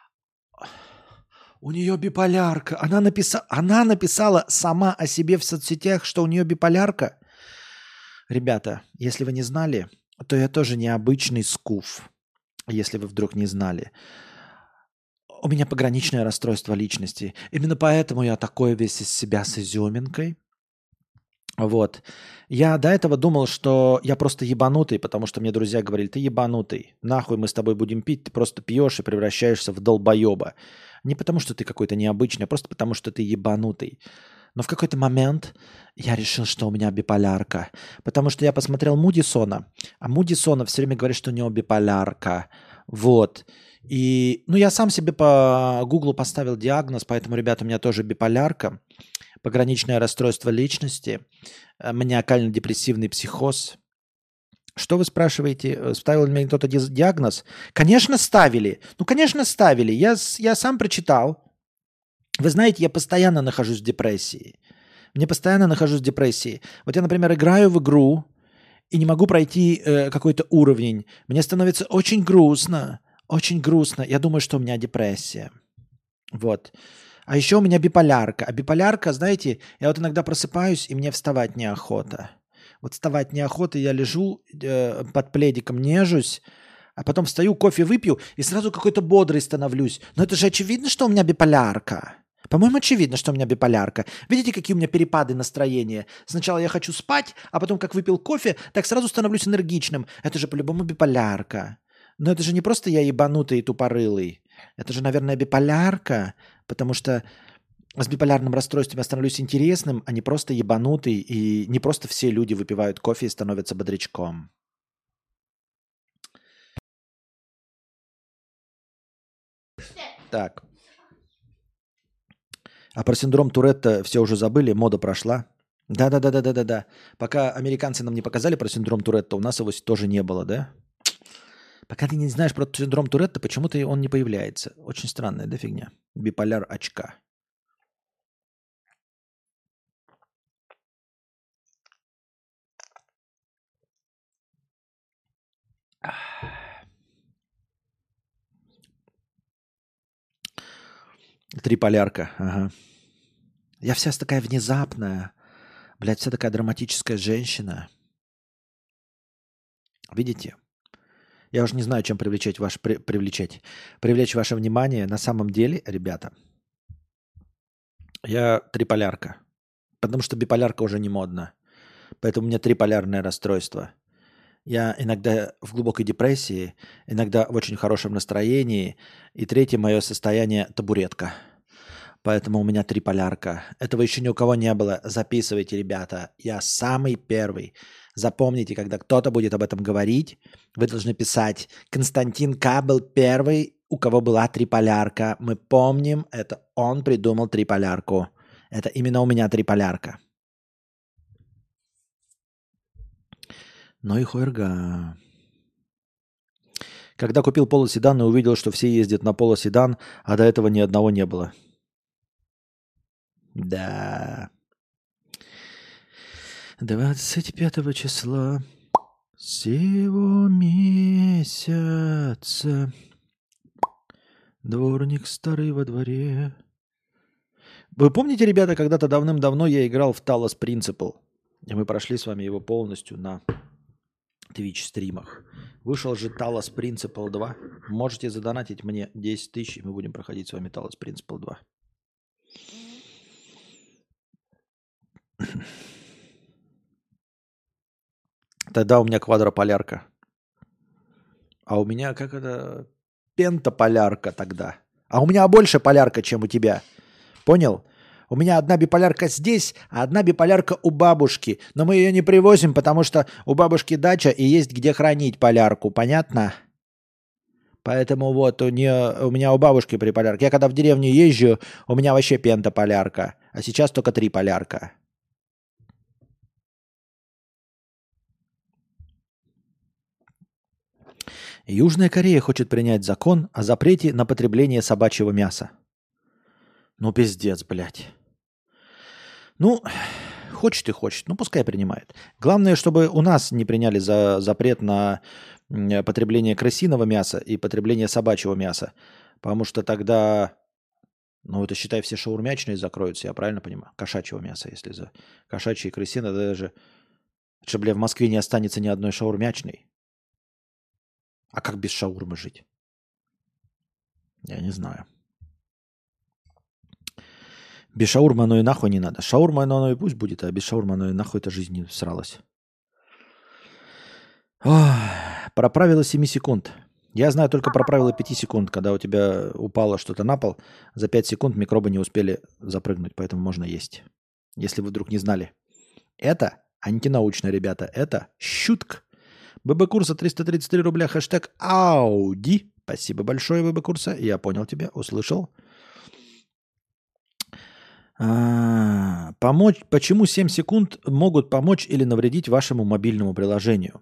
У нее биполярка. Она, написа... она написала сама о себе в соцсетях, что у нее биполярка. Ребята, если вы не знали, то я тоже необычный скуф, если вы вдруг не знали. У меня пограничное расстройство личности. Именно поэтому я такой весь из себя с изюминкой. Вот. Я до этого думал, что я просто ебанутый, потому что мне друзья говорили, ты ебанутый, нахуй мы с тобой будем пить, ты просто пьешь и превращаешься в долбоеба. Не потому, что ты какой-то необычный, а просто потому, что ты ебанутый. Но в какой-то момент я решил, что у меня биполярка, потому что я посмотрел Мудисона, а Мудисона все время говорит, что у него биполярка. Вот. И, ну, я сам себе по Гуглу поставил диагноз, поэтому, ребята, у меня тоже биполярка. Пограничное расстройство личности, маниакально-депрессивный психоз. Что вы спрашиваете? Ставил ли мне кто-то диагноз? Конечно, ставили. Ну, конечно, ставили. Я, я сам прочитал. Вы знаете, я постоянно нахожусь в депрессии. Мне постоянно нахожусь в депрессии. Вот я, например, играю в игру и не могу пройти э, какой-то уровень. Мне становится очень грустно. Очень грустно. Я думаю, что у меня депрессия. Вот. А еще у меня биполярка. А биполярка, знаете, я вот иногда просыпаюсь, и мне вставать неохота. Вот вставать неохота, я лежу э, под пледиком, нежусь, а потом встаю, кофе выпью, и сразу какой-то бодрый становлюсь. Но это же очевидно, что у меня биполярка. По-моему, очевидно, что у меня биполярка. Видите, какие у меня перепады настроения? Сначала я хочу спать, а потом, как выпил кофе, так сразу становлюсь энергичным. Это же по-любому биполярка. Но это же не просто я ебанутый и тупорылый. Это же, наверное, биполярка, потому что с биполярным расстройством я становлюсь интересным, а не просто ебанутый, и не просто все люди выпивают кофе и становятся бодрячком. Так. А про синдром Туретта все уже забыли, мода прошла. Да-да-да-да-да-да. Пока американцы нам не показали про синдром Туретта, у нас его тоже не было, да? Пока ты не знаешь про синдром Туретта, почему-то он не появляется. Очень странная, да, фигня? Биполяр очка. Триполярка, ага. Я вся такая внезапная. Блядь, вся такая драматическая женщина. Видите? Я уже не знаю, чем привлечь ваше, при, привлечь, привлечь ваше внимание. На самом деле, ребята, я триполярка. Потому что биполярка уже не модна. Поэтому у меня триполярное расстройство. Я иногда в глубокой депрессии, иногда в очень хорошем настроении. И третье мое состояние – табуретка. Поэтому у меня триполярка. Этого еще ни у кого не было. Записывайте, ребята. Я самый первый. Запомните, когда кто-то будет об этом говорить, вы должны писать: Константин К. был первый, у кого была триполярка. Мы помним, это он придумал триполярку. Это именно у меня триполярка. Ну и хуерга. Когда купил полоседан и увидел, что все ездят на полоседан, а до этого ни одного не было. Да. двадцать пятого числа сего месяца дворник старый во дворе Вы помните, ребята, когда-то давным-давно я играл в Talos Principle, и мы прошли с вами его полностью на Twitch стримах. Вышел же Talos Principle два. Можете задонатить мне десять тысяч, и мы будем проходить с вами Talos Principle два. Тогда у меня квадрополярка. А у меня как это... Пентаполярка тогда. А у меня больше полярка, чем у тебя. Понял? У меня одна биполярка здесь, а одна биполярка у бабушки. Но мы ее не привозим, потому что у бабушки дача и есть где хранить полярку. Понятно? Поэтому вот у, нее, у меня у бабушки приполярка. Я когда в деревню езжу, у меня вообще пентаполярка. А сейчас только три полярка. Южная Корея хочет принять закон о запрете на потребление собачьего мяса. Ну, пиздец, блядь. Ну, хочет и хочет. Ну, пускай принимает. Главное, чтобы у нас не приняли за запрет на потребление крысиного мяса и потребление собачьего мяса. Потому что тогда, ну, это, считай, все шаурмячные закроются, я правильно понимаю? Кошачьего мяса, если за кошачьи и крысиное, даже, что, бля, в Москве не останется ни одной шаурмячной. А как без шаурмы жить? Я не знаю. Без шаурмы оно и нахуй не надо. Шаурма оно и пусть будет, а без шаурмы оно и нахуй эта жизнь не всралась. Ох, про правило семи секунд. Я знаю только про правило пяти секунд. Когда у тебя упало что-то на пол, за пять секунд микробы не успели запрыгнуть, поэтому можно есть. Если вы вдруг не знали. Это антинаучно, ребята. Это щутк. ББ-курса триста тридцать три рубля, хэштег Ауди. Спасибо большое, ББ-курса. Я понял тебя, услышал. А, помочь, почему семь секунд могут помочь или навредить вашему мобильному приложению?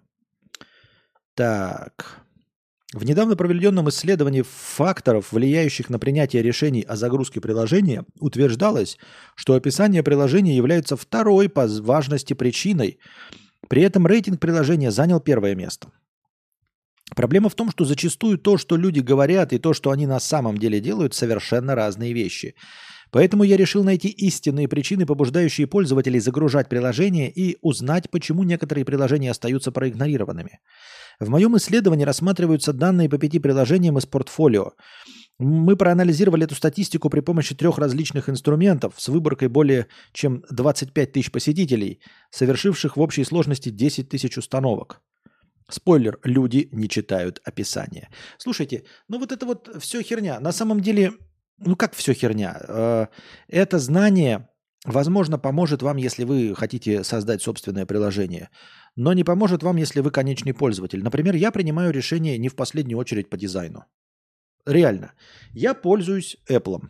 Так. В недавно проведенном исследовании факторов, влияющих на принятие решений о загрузке приложения, утверждалось, что описание приложения является второй по важности причиной. При этом рейтинг приложения занял первое место. Проблема в том, что зачастую то, что люди говорят, и то, что они на самом деле делают, совершенно разные вещи. Поэтому я решил найти истинные причины, побуждающие пользователей загружать приложения, и узнать, почему некоторые приложения остаются проигнорированными. В моем исследовании рассматриваются данные по пяти приложениям из портфолио. Мы проанализировали эту статистику при помощи трех различных инструментов с выборкой более чем двадцать пять тысяч посетителей, совершивших в общей сложности десять тысяч установок. Спойлер, люди не читают описание. Слушайте, ну вот это вот все херня. На самом деле, ну как все херня? Это знание, возможно, поможет вам, если вы хотите создать собственное приложение, но не поможет вам, если вы конечный пользователь. Например, я принимаю решение не в последнюю очередь по дизайну. Реально. Я пользуюсь Apple.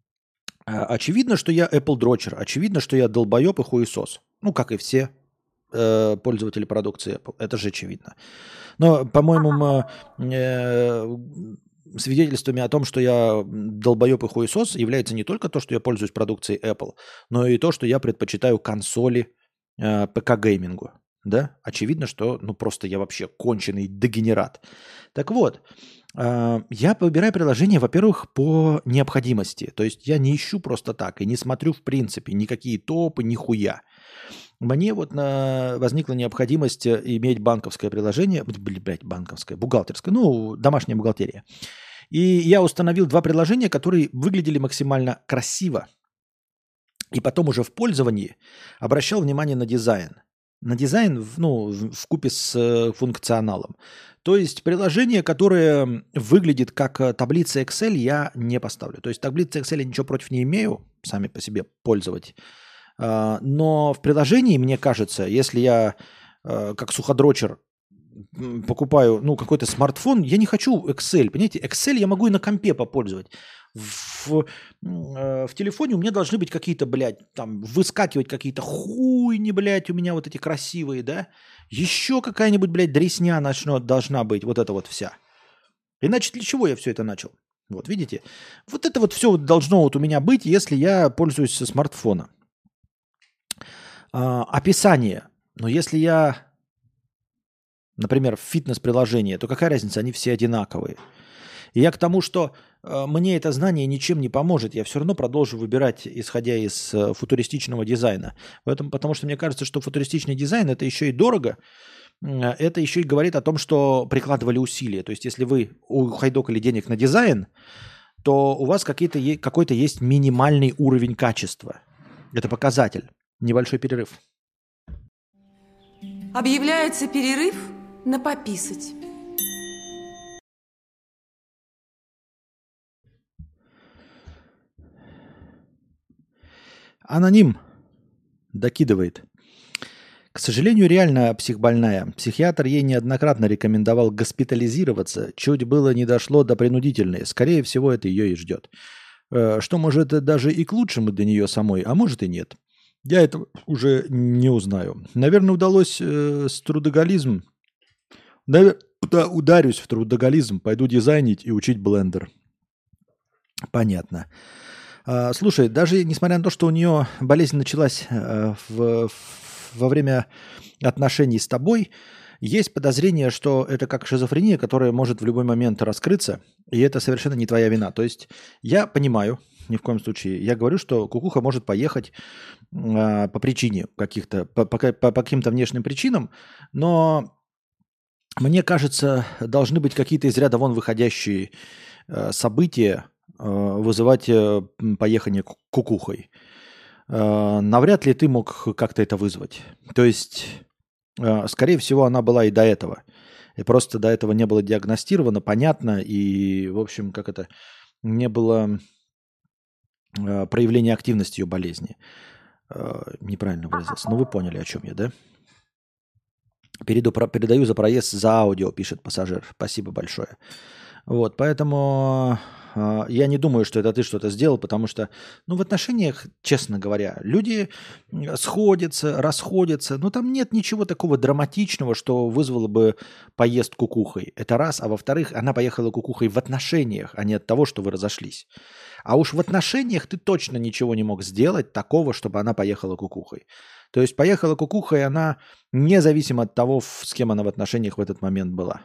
Очевидно, что я Apple дрочер. Очевидно, что я долбоеб и хуесос. Ну, как и все э, пользователи продукции Apple. Это же очевидно. Но, по-моему, э, свидетельствами о том, что я долбоеб и хуесос, является не только то, что я пользуюсь продукцией Apple, но и то, что я предпочитаю консоли э, ПК-геймингу. Да? Очевидно, что ну просто я вообще конченый дегенерат. Так вот, э, я выбираю приложение, во-первых, по необходимости. То есть я не ищу просто так и не смотрю в принципе никакие топы, нихуя. Мне вот на... возникла необходимость иметь банковское приложение, блядь, банковское, бухгалтерское, ну, домашняя бухгалтерия. И я установил два приложения, которые выглядели максимально красиво. И потом уже в пользовании обращал внимание на дизайн. На дизайн, ну, вкупе с функционалом. То есть приложение, которое выглядит как таблица Excel, я не поставлю. То есть таблица Excel я ничего против не имею, сами по себе пользовать. Но в приложении, мне кажется, если я как суходрочер покупаю ну, какой-то смартфон, я не хочу Excel. Понимаете, Excel я могу и на компе попользовать. В, в телефоне у меня должны быть какие-то, блядь, там, выскакивать какие-то хуйни, блядь, у меня вот эти красивые, да? Еще какая-нибудь, блядь, дресня начнет, должна быть, вот это вот вся. Иначе для чего я все это начал? Вот, видите? Вот это вот все должно вот у меня быть, если я пользуюсь смартфоном. А, описание. Но если я, например, в фитнес-приложении, то какая разница? Они все одинаковые. И я к тому, что э, мне это знание ничем не поможет. Я все равно продолжу выбирать, исходя из э, футуристичного дизайна. Поэтому, потому что мне кажется, что футуристичный дизайн это еще и дорого. Э, это еще и говорит о том, что прикладывали усилия. То есть, если вы ухайдокали денег на дизайн, то у вас какие-то, е- какой-то есть минимальный уровень качества. Это показатель. Небольшой перерыв. Объявляется перерыв на пописать. Аноним докидывает. К сожалению, реально психбольная. Психиатр ей неоднократно рекомендовал госпитализироваться. Чуть было не дошло до принудительной. Скорее всего, это ее и ждет. Э, Что может даже и к лучшему для нее самой, а может и нет. Я это уже не узнаю. Наверное, удалось э, с трудоголизм. Навер- да, ударюсь в трудоголизм, пойду дизайнить и учить блендер. Понятно. А, слушай, даже несмотря на то, что у нее болезнь началась э, в, в- во время отношений с тобой, есть подозрение, что это как шизофрения, которая может в любой момент раскрыться, и это совершенно не твоя вина. То есть я понимаю, ни в коем случае, я говорю, что кукуха может поехать а, по причине каких-то, по, по, по каким-то внешним причинам, но мне кажется, должны быть какие-то из ряда вон выходящие э, события, э, вызывать э, м, поехание ку- кукухой. Э, навряд ли ты мог как-то это вызвать. То есть, э, скорее всего, она была и до этого. И просто до этого не было диагностировано, понятно, и, в общем, как это, не было э, проявления активности ее болезни. Э, неправильно выразился. Но вы поняли, о чем я, да? Переду, про- передаю за проезд за аудио, пишет пассажир. Спасибо большое. Вот, поэтому э, я не думаю, что это ты что-то сделал, потому что, ну, в отношениях, честно говоря, люди м, сходятся, расходятся, но там нет ничего такого драматичного, что вызвало бы поездку кукухой. Это раз, а во-вторых, она поехала кукухой в отношениях, а не от того, что вы разошлись. А уж в отношениях ты точно ничего не мог сделать такого, чтобы она поехала кукухой. То есть поехала кукухой она независимо от того, в- с кем она в отношениях в этот момент была.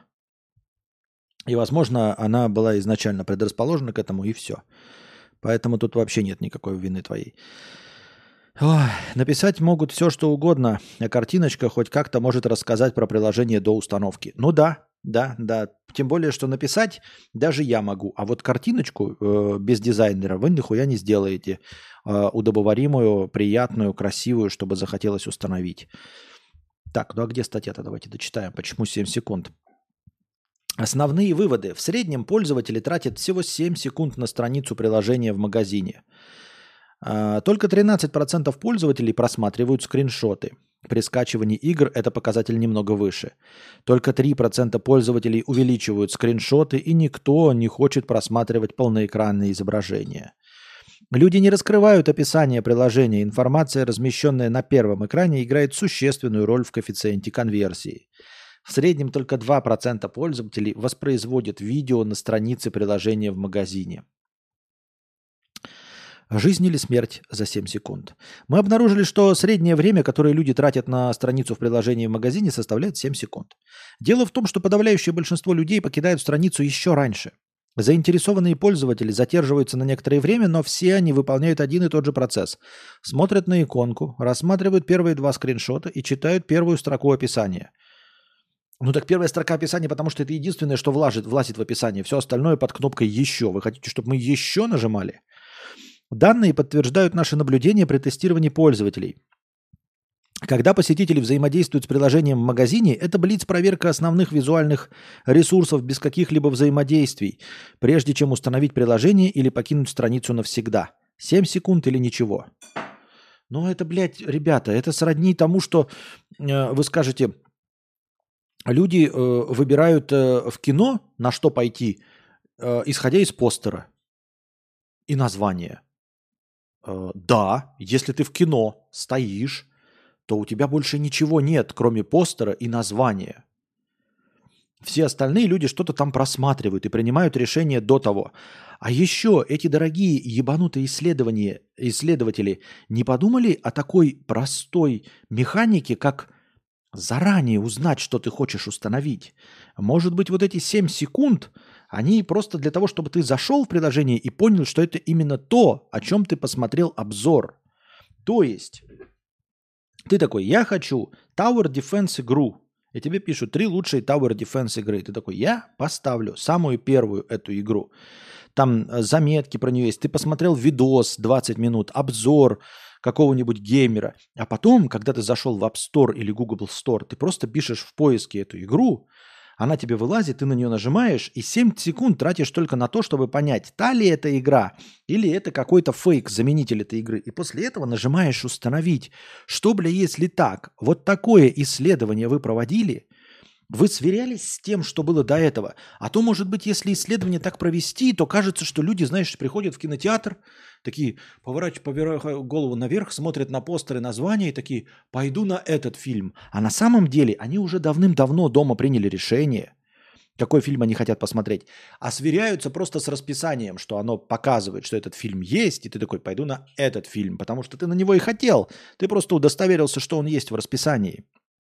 И, возможно, она была изначально предрасположена к этому, и все. Поэтому тут вообще нет никакой вины твоей. Ой, написать могут все, что угодно, а картиночка хоть как-то может рассказать про приложение до установки. Ну да, да, да. Тем более, что написать даже я могу. А вот картиночку э, без дизайнера вы нихуя не сделаете. Э, удобоваримую, приятную, красивую, чтобы захотелось установить. Так, ну а где статья-то? Давайте дочитаем. Почему семь секунд? Основные выводы. В среднем пользователи тратят всего семь секунд на страницу приложения в магазине. А, Только тринадцать процентов пользователей просматривают скриншоты. При скачивании игр это показатель немного выше. Только три процента пользователей увеличивают скриншоты, и никто не хочет просматривать полноэкранные изображения. Люди не раскрывают описание приложения. Информация, размещенная на первом экране, играет существенную роль в коэффициенте конверсии. В среднем только два процента пользователей воспроизводят видео на странице приложения в магазине. Жизнь или смерть за семь секунд. Мы обнаружили, что среднее время, которое люди тратят на страницу в приложении в магазине, составляет семь секунд. Дело в том, что подавляющее большинство людей покидают страницу еще раньше. Заинтересованные пользователи задерживаются на некоторое время, но все они выполняют один и тот же процесс. Смотрят на иконку, рассматривают первые два скриншота и читают первую строку описания. Ну так первая строка описания, потому что это единственное, что влазит, влазит в описание. Все остальное под кнопкой «Еще». Вы хотите, чтобы мы «Еще» нажимали? Данные подтверждают наши наблюдения при тестировании пользователей. Когда посетители взаимодействуют с приложением в магазине, это блиц-проверка основных визуальных ресурсов без каких-либо взаимодействий, прежде чем установить приложение или покинуть страницу навсегда. семь секунд или ничего. Ну это, блядь, ребята, это сродни тому, что э, вы скажете, люди э, выбирают э, в кино, на что пойти, э, исходя из постера и названия. Э, да, если ты в кино стоишь, то у тебя больше ничего нет, кроме постера и названия. Все остальные люди что-то там просматривают и принимают решение до того. А еще эти дорогие ебанутые исследования, исследователи не подумали о такой простой механике, как заранее узнать, что ты хочешь установить. Может быть, вот эти семь секунд, Они просто для того, чтобы ты зашел в приложение и понял, что это именно то, о чем ты посмотрел обзор. То есть ты такой, я хочу Tower Defense игру. И тебе пишут три лучшие Tower Defense игры. И ты такой, я поставлю самую первую эту игру. Там заметки про нее есть. Ты посмотрел видос двадцать минут, обзор какого-нибудь геймера. А потом, когда ты зашел в App Store или Google Store, ты просто пишешь в поиске эту игру, она тебе вылазит, ты на нее нажимаешь, и семь секунд тратишь только на то, чтобы понять, та ли это игра, или это какой-то фейк, заменитель этой игры. И после этого нажимаешь «Установить». Что, бля, если так? Вот такое исследование вы проводили? Вы сверялись с тем, что было до этого? А то, может быть, если исследование так провести, то кажется, что люди, знаешь, приходят в кинотеатр, такие поворачивают, повернув голову наверх, смотрят на постеры, названия и такие, пойду на этот фильм. А на самом деле они уже давным-давно дома приняли решение, какой фильм они хотят посмотреть, а сверяются просто с расписанием, что оно показывает, что этот фильм есть, и ты такой, пойду на этот фильм, потому что ты на него и хотел. Ты просто удостоверился, что он есть в расписании.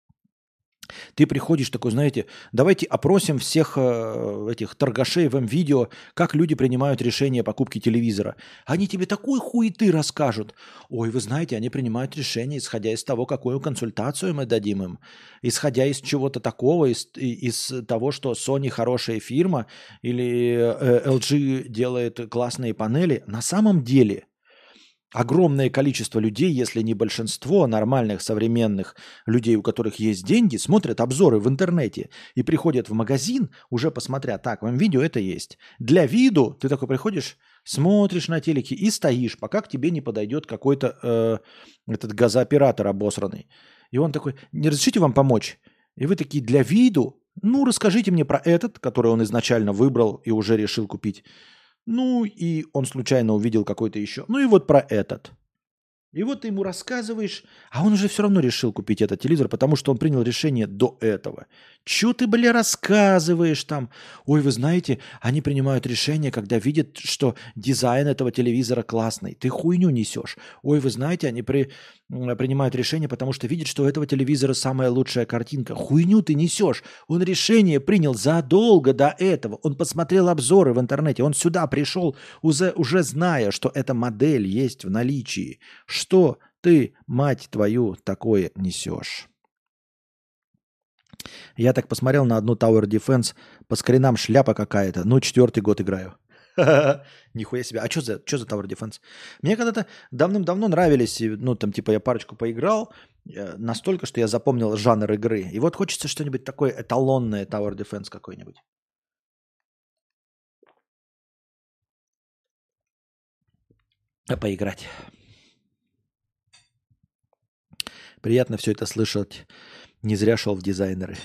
Ты приходишь такой, знаете, давайте опросим всех э, этих торгашей в М-видео, как люди принимают решение о покупке телевизора. Они тебе такой хуеты расскажут. Ой, вы знаете, они принимают решение, исходя из того, какую консультацию мы дадим им, исходя из чего-то такого, из, из того, что Sony хорошая фирма или э, эл джи делает классные панели. На самом деле огромное количество людей, если не большинство нормальных современных людей, у которых есть деньги, смотрят обзоры в интернете и приходят в магазин, уже посмотря, так, в видео это есть. Для виду ты такой приходишь, смотришь на телеке и стоишь, пока к тебе не подойдет какой-то э, этот газооператор обосранный. И он такой, не разрешите вам помочь? И вы такие, для виду? Ну, расскажите мне про этот, который он изначально выбрал и уже решил купить. Ну, и он случайно увидел какой-то еще. Ну, и вот про этот. И вот ты ему рассказываешь, а он уже все равно решил купить этот телевизор, потому что он принял решение до этого. Чё ты, бля, рассказываешь там? Ой, вы знаете, они принимают решение, когда видят, что дизайн этого телевизора классный. Ты хуйню несешь. Ой, вы знаете, они при, принимают решение, потому что видят, что у этого телевизора самая лучшая картинка. Хуйню ты несешь. Он решение принял задолго до этого. Он посмотрел обзоры в интернете. Он сюда пришел, уже, уже зная, что эта модель есть в наличии. Что ты, мать твою, такое несешь? Я так посмотрел на одну Tower Defense, по скринам шляпа какая-то. Ну, четвертый год играю. Нихуя себе. А что за, что за Tower Defense? Мне когда-то давным-давно нравились, ну, там, типа, я парочку поиграл, настолько, что я запомнил жанр игры. И вот хочется что-нибудь такое эталонное Tower Defense какой-нибудь. А поиграть. Приятно все это слышать. Не зря шел в дизайнеры.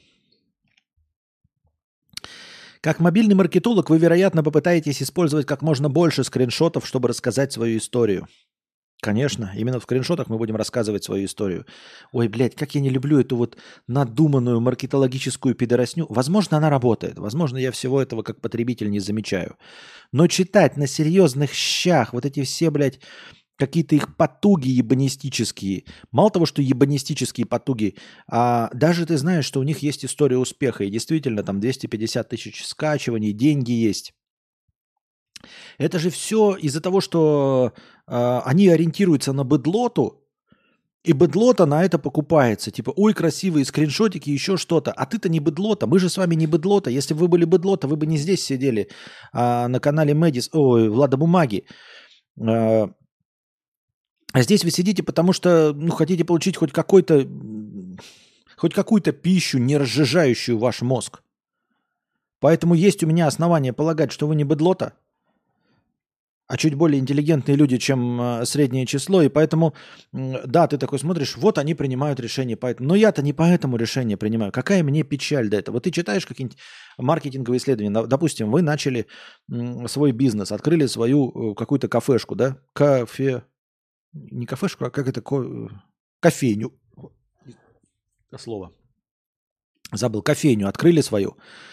Как мобильный маркетолог вы, вероятно, попытаетесь использовать как можно больше скриншотов, чтобы рассказать свою историю. Конечно, именно в скриншотах мы будем рассказывать свою историю. Ой, блядь, как я не люблю эту вот надуманную маркетологическую пидорасню. Возможно, она работает. Возможно, я всего этого как потребитель не замечаю. Но читать на серьезных щах вот эти все, блядь, какие-то их потуги ебанистические. Мало того, что ебанистические потуги, а даже ты знаешь, что у них есть история успеха. И действительно, там двести пятьдесят тысяч скачиваний, деньги есть. Это же все из-за того, что э, они ориентируются на быдлоту, и быдлота на это покупается. Типа, ой, красивые скриншотики, еще что-то. А ты-то не быдлота, мы же с вами не быдлота. Если бы вы были быдлота, вы бы не здесь сидели, а на канале Мэдис, ой, Влада Бумаги. А, а здесь вы сидите, потому что ну, хотите получить хоть какой-то, хоть какую-то пищу, не разжижающую ваш мозг. Поэтому есть у меня основания полагать, что вы не быдлота, а чуть более интеллигентные люди, чем э, среднее число. И поэтому, э, да, ты такой смотришь, вот они принимают решение. Поэтому... Но я-то не по этому решение принимаю. Какая мне печаль до этого? Вот ты читаешь какие-нибудь маркетинговые исследования. Допустим, вы начали э, свой бизнес, открыли свою э, какую-то кафешку, да? Кафе... Не кафешку, а как это? Ко... Кофейню. Слово. Забыл. Кофейню открыли свою.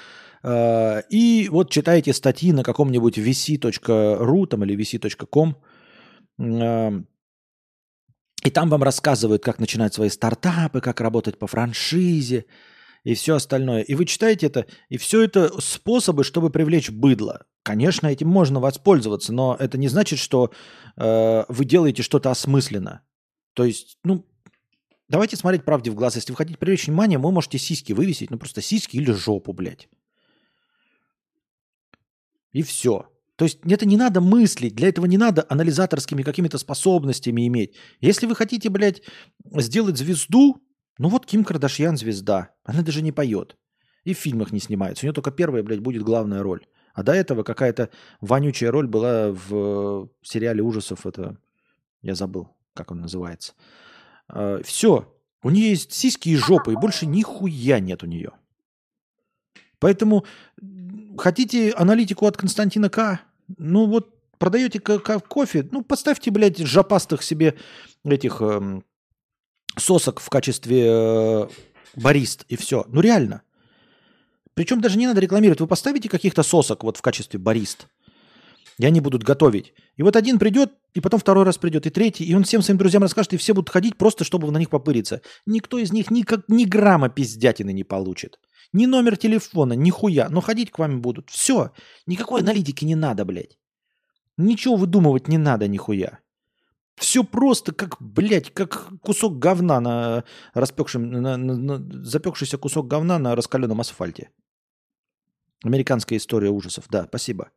И вот читаете статьи на каком-нибудь ви си точка ру там, или ви си точка ком, и там вам рассказывают, как начинать свои стартапы, как работать по франшизе, и все остальное. И вы читаете это, и все это способы, чтобы привлечь быдло. Конечно, этим можно воспользоваться, но это не значит, что э, вы делаете что-то осмысленно. То есть, ну, давайте смотреть правде в глаз. Если вы хотите привлечь внимание, вы можете сиськи вывесить, ну просто сиськи или жопу, блядь. И все. То есть это не надо мыслить, для этого не надо анализаторскими какими-то способностями иметь. Если вы хотите, блядь, сделать звезду, ну вот Ким Кардашьян звезда. Она даже не поет. И в фильмах не снимается. У нее только первая, блядь, будет главная роль. А до этого какая-то вонючая роль была в сериале ужасов. Это я забыл, как он называется. Все. У нее есть сиськи и жопы, и больше нихуя нет у нее. Поэтому хотите аналитику от Константина К? Ну вот продаете кофе, ну поставьте, блядь, жопастых себе этих э, сосок в качестве э, барист и все. Ну реально. Причем даже не надо рекламировать. Вы поставите каких-то сосок вот в качестве барист, и они будут готовить. И вот один придет, и потом второй раз придет, и третий, и он всем своим друзьям расскажет, и все будут ходить просто, чтобы на них попыриться. Никто из них ни, как, ни грамма пиздятины не получит. Ни номер телефона, ни хуя. Но ходить к вам будут. Все. Никакой аналитики не надо, блядь. Ничего выдумывать не надо, нихуя. Все просто как, блядь, как кусок говна на распекшем, на, на, на, запекшийся кусок говна на раскаленном асфальте. Американская история ужасов. Да, спасибо.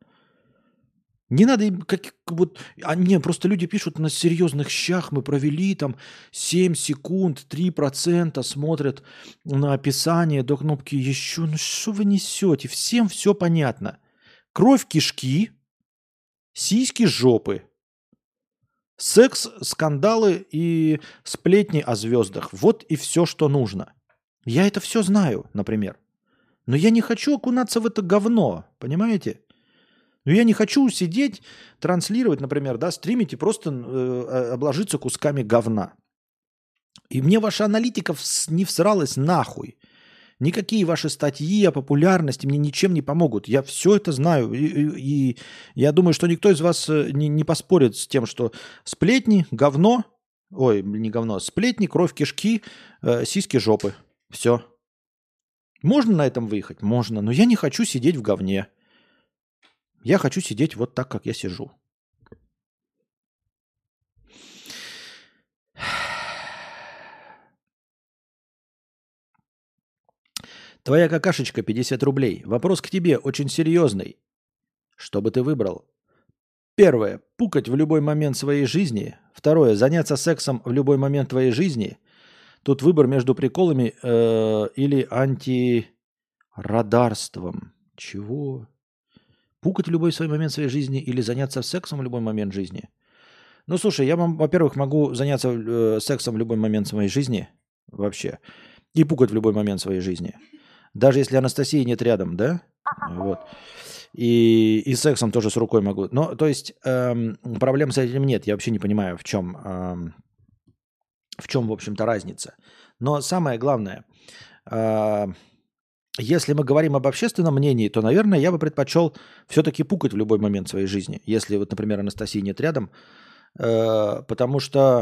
Не надо им как вот... А не, просто люди пишут на серьезных щах. Мы провели там семь секунд, три процента смотрят на описание до кнопки «Еще». Ну что вы несете? Всем все понятно. Кровь кишки, сиськи жопы, секс, скандалы и сплетни о звездах. Вот и все, что нужно. Я это все знаю, например. Но я не хочу окунаться в это говно, понимаете? Но я не хочу сидеть, транслировать, например, да, стримить и просто э, обложиться кусками говна. И мне ваша аналитика не всралась нахуй. Никакие ваши статьи о популярности мне ничем не помогут. Я все это знаю. И, и, и я думаю, что никто из вас не, не поспорит с тем, что сплетни, говно, ой, не говно, сплетни, кровь кишки, э, сиськи жопы. Все. Можно на этом выехать? Можно. Но я не хочу сидеть в говне. Я хочу сидеть вот так, как я сижу. Твоя какашечка пятьдесят рублей. Вопрос к тебе очень серьезный. Что бы ты выбрал? Первое. Пукать в любой момент своей жизни. Второе. Заняться сексом в любой момент твоей жизни. Тут выбор между приколами э, или антирадарством. Чего? Пукать в любой свой момент своей жизни или заняться сексом в любой момент жизни? Ну, слушай, я, вам, во-первых, могу заняться э, сексом в любой момент своей жизни вообще и пукать в любой момент своей жизни. Даже если Анастасии нет рядом, да? Вот. И, и сексом тоже с рукой могу. Но, то есть, эм, проблем с этим нет. Я вообще не понимаю, в чем, эм, в чем, в общем-то, разница. Но самое главное... Э, Если мы говорим об общественном мнении, то, наверное, я бы предпочел все-таки пукать в любой момент своей жизни, если, вот, например, Анастасии нет рядом, э, потому что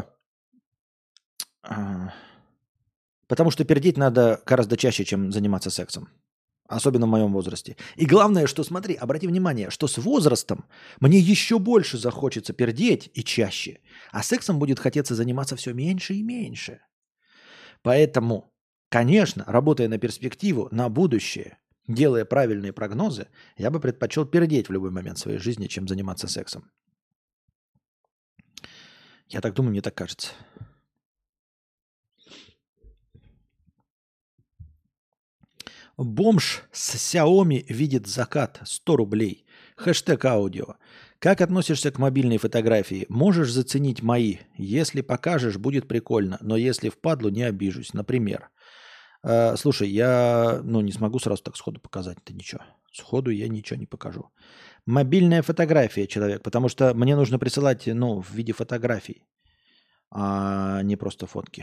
э, потому что пердеть надо гораздо чаще, чем заниматься сексом, особенно в моем возрасте. И главное, что, смотри, обрати внимание, что с возрастом мне еще больше захочется пердеть и чаще, а сексом будет хотеться заниматься все меньше и меньше. Поэтому... Конечно, работая на перспективу, на будущее, делая правильные прогнозы, я бы предпочел пердеть в любой момент своей жизни, чем заниматься сексом. Я так думаю, мне так кажется. Бомж с Xiaomi видит закат. сто рублей. Хэштег аудио. Как относишься к мобильной фотографии? Можешь заценить мои. Если покажешь, будет прикольно. Но если впадлу, не обижусь. Например. Uh, слушай, я ну, не смогу сразу так сходу показать-то ничего. Сходу я ничего не покажу. Мобильная фотография, человек, потому что мне нужно присылать ну, в виде фотографий, а не просто фотки.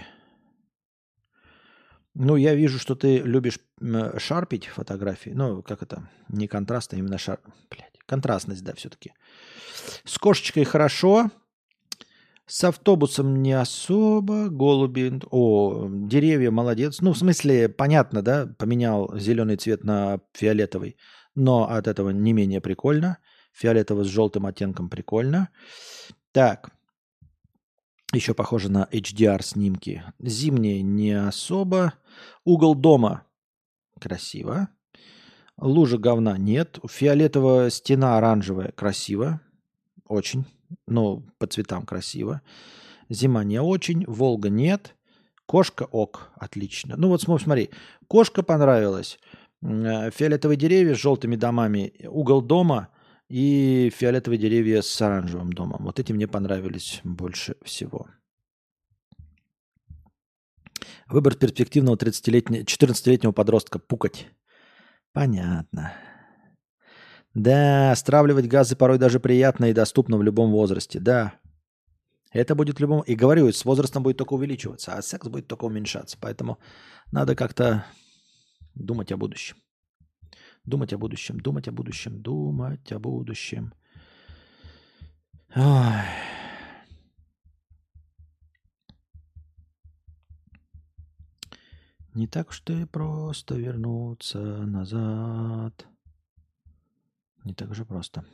Ну, я вижу, что ты любишь шарпить фотографии. Ну, как это? Не контраст, а именно шар... Блядь. Контрастность, да, все-таки. С кошечкой хорошо. С автобусом не особо. Голуби. О, деревья, молодец. Ну, в смысле, понятно, да? Поменял зеленый цвет на фиолетовый. Но от этого не менее прикольно. Фиолетовый с желтым оттенком прикольно. Так. Еще похоже на эйч ди ар снимки. Зимние не особо. Угол дома. Красиво. Лужа говна нет. Фиолетовая стена оранжевая. Красиво. Очень. Ну, по цветам красиво. Зима не очень. Волга нет. Кошка ок. Отлично. Ну вот смотри. Кошка понравилась. Фиолетовые деревья с желтыми домами. Угол дома. И фиолетовые деревья с оранжевым домом. Вот эти мне понравились больше всего. Выбор перспективного тридцатилетнего, четырнадцатилетнего подростка. Пукать. Понятно. Да, стравливать газы порой даже приятно и доступно в любом возрасте. Да. Это будет в любом... И говорю, с возрастом будет только увеличиваться, а секс будет только уменьшаться. Поэтому надо как-то думать о будущем. Думать о будущем, думать о будущем, думать о будущем. Ой. Не так уж и просто вернуться назад. Не так уж и просто.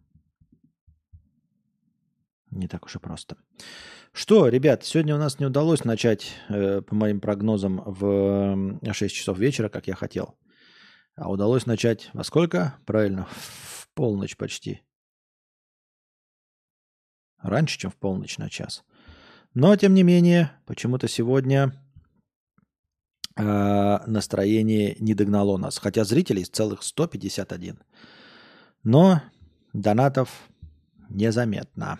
Не так уж и просто. Что, ребят, сегодня у нас не удалось начать, э, по моим прогнозам, в шесть часов вечера, как я хотел. А удалось начать во сколько? Правильно, в полночь почти. Раньше, чем в полночь на час. Но, тем не менее, почему-то сегодня э, настроение не догнало нас. Хотя зрителей целых сто пятьдесят один. Но донатов незаметно.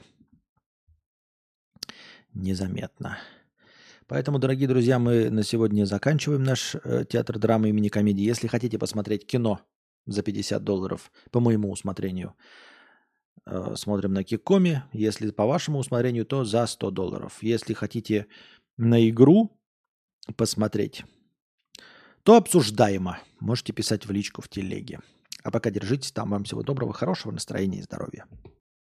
Незаметно. Поэтому, дорогие друзья, мы на сегодня заканчиваем наш э, театр драмы имени комедии. Если хотите посмотреть кино за пятьдесят долларов, по моему усмотрению, э, смотрим на Кикоме. Если по вашему усмотрению, то за сто долларов. Если хотите на игру посмотреть, то обсуждаемо. Можете писать в личку в телеге. А пока держитесь там. Вам всего доброго, хорошего настроения и здоровья.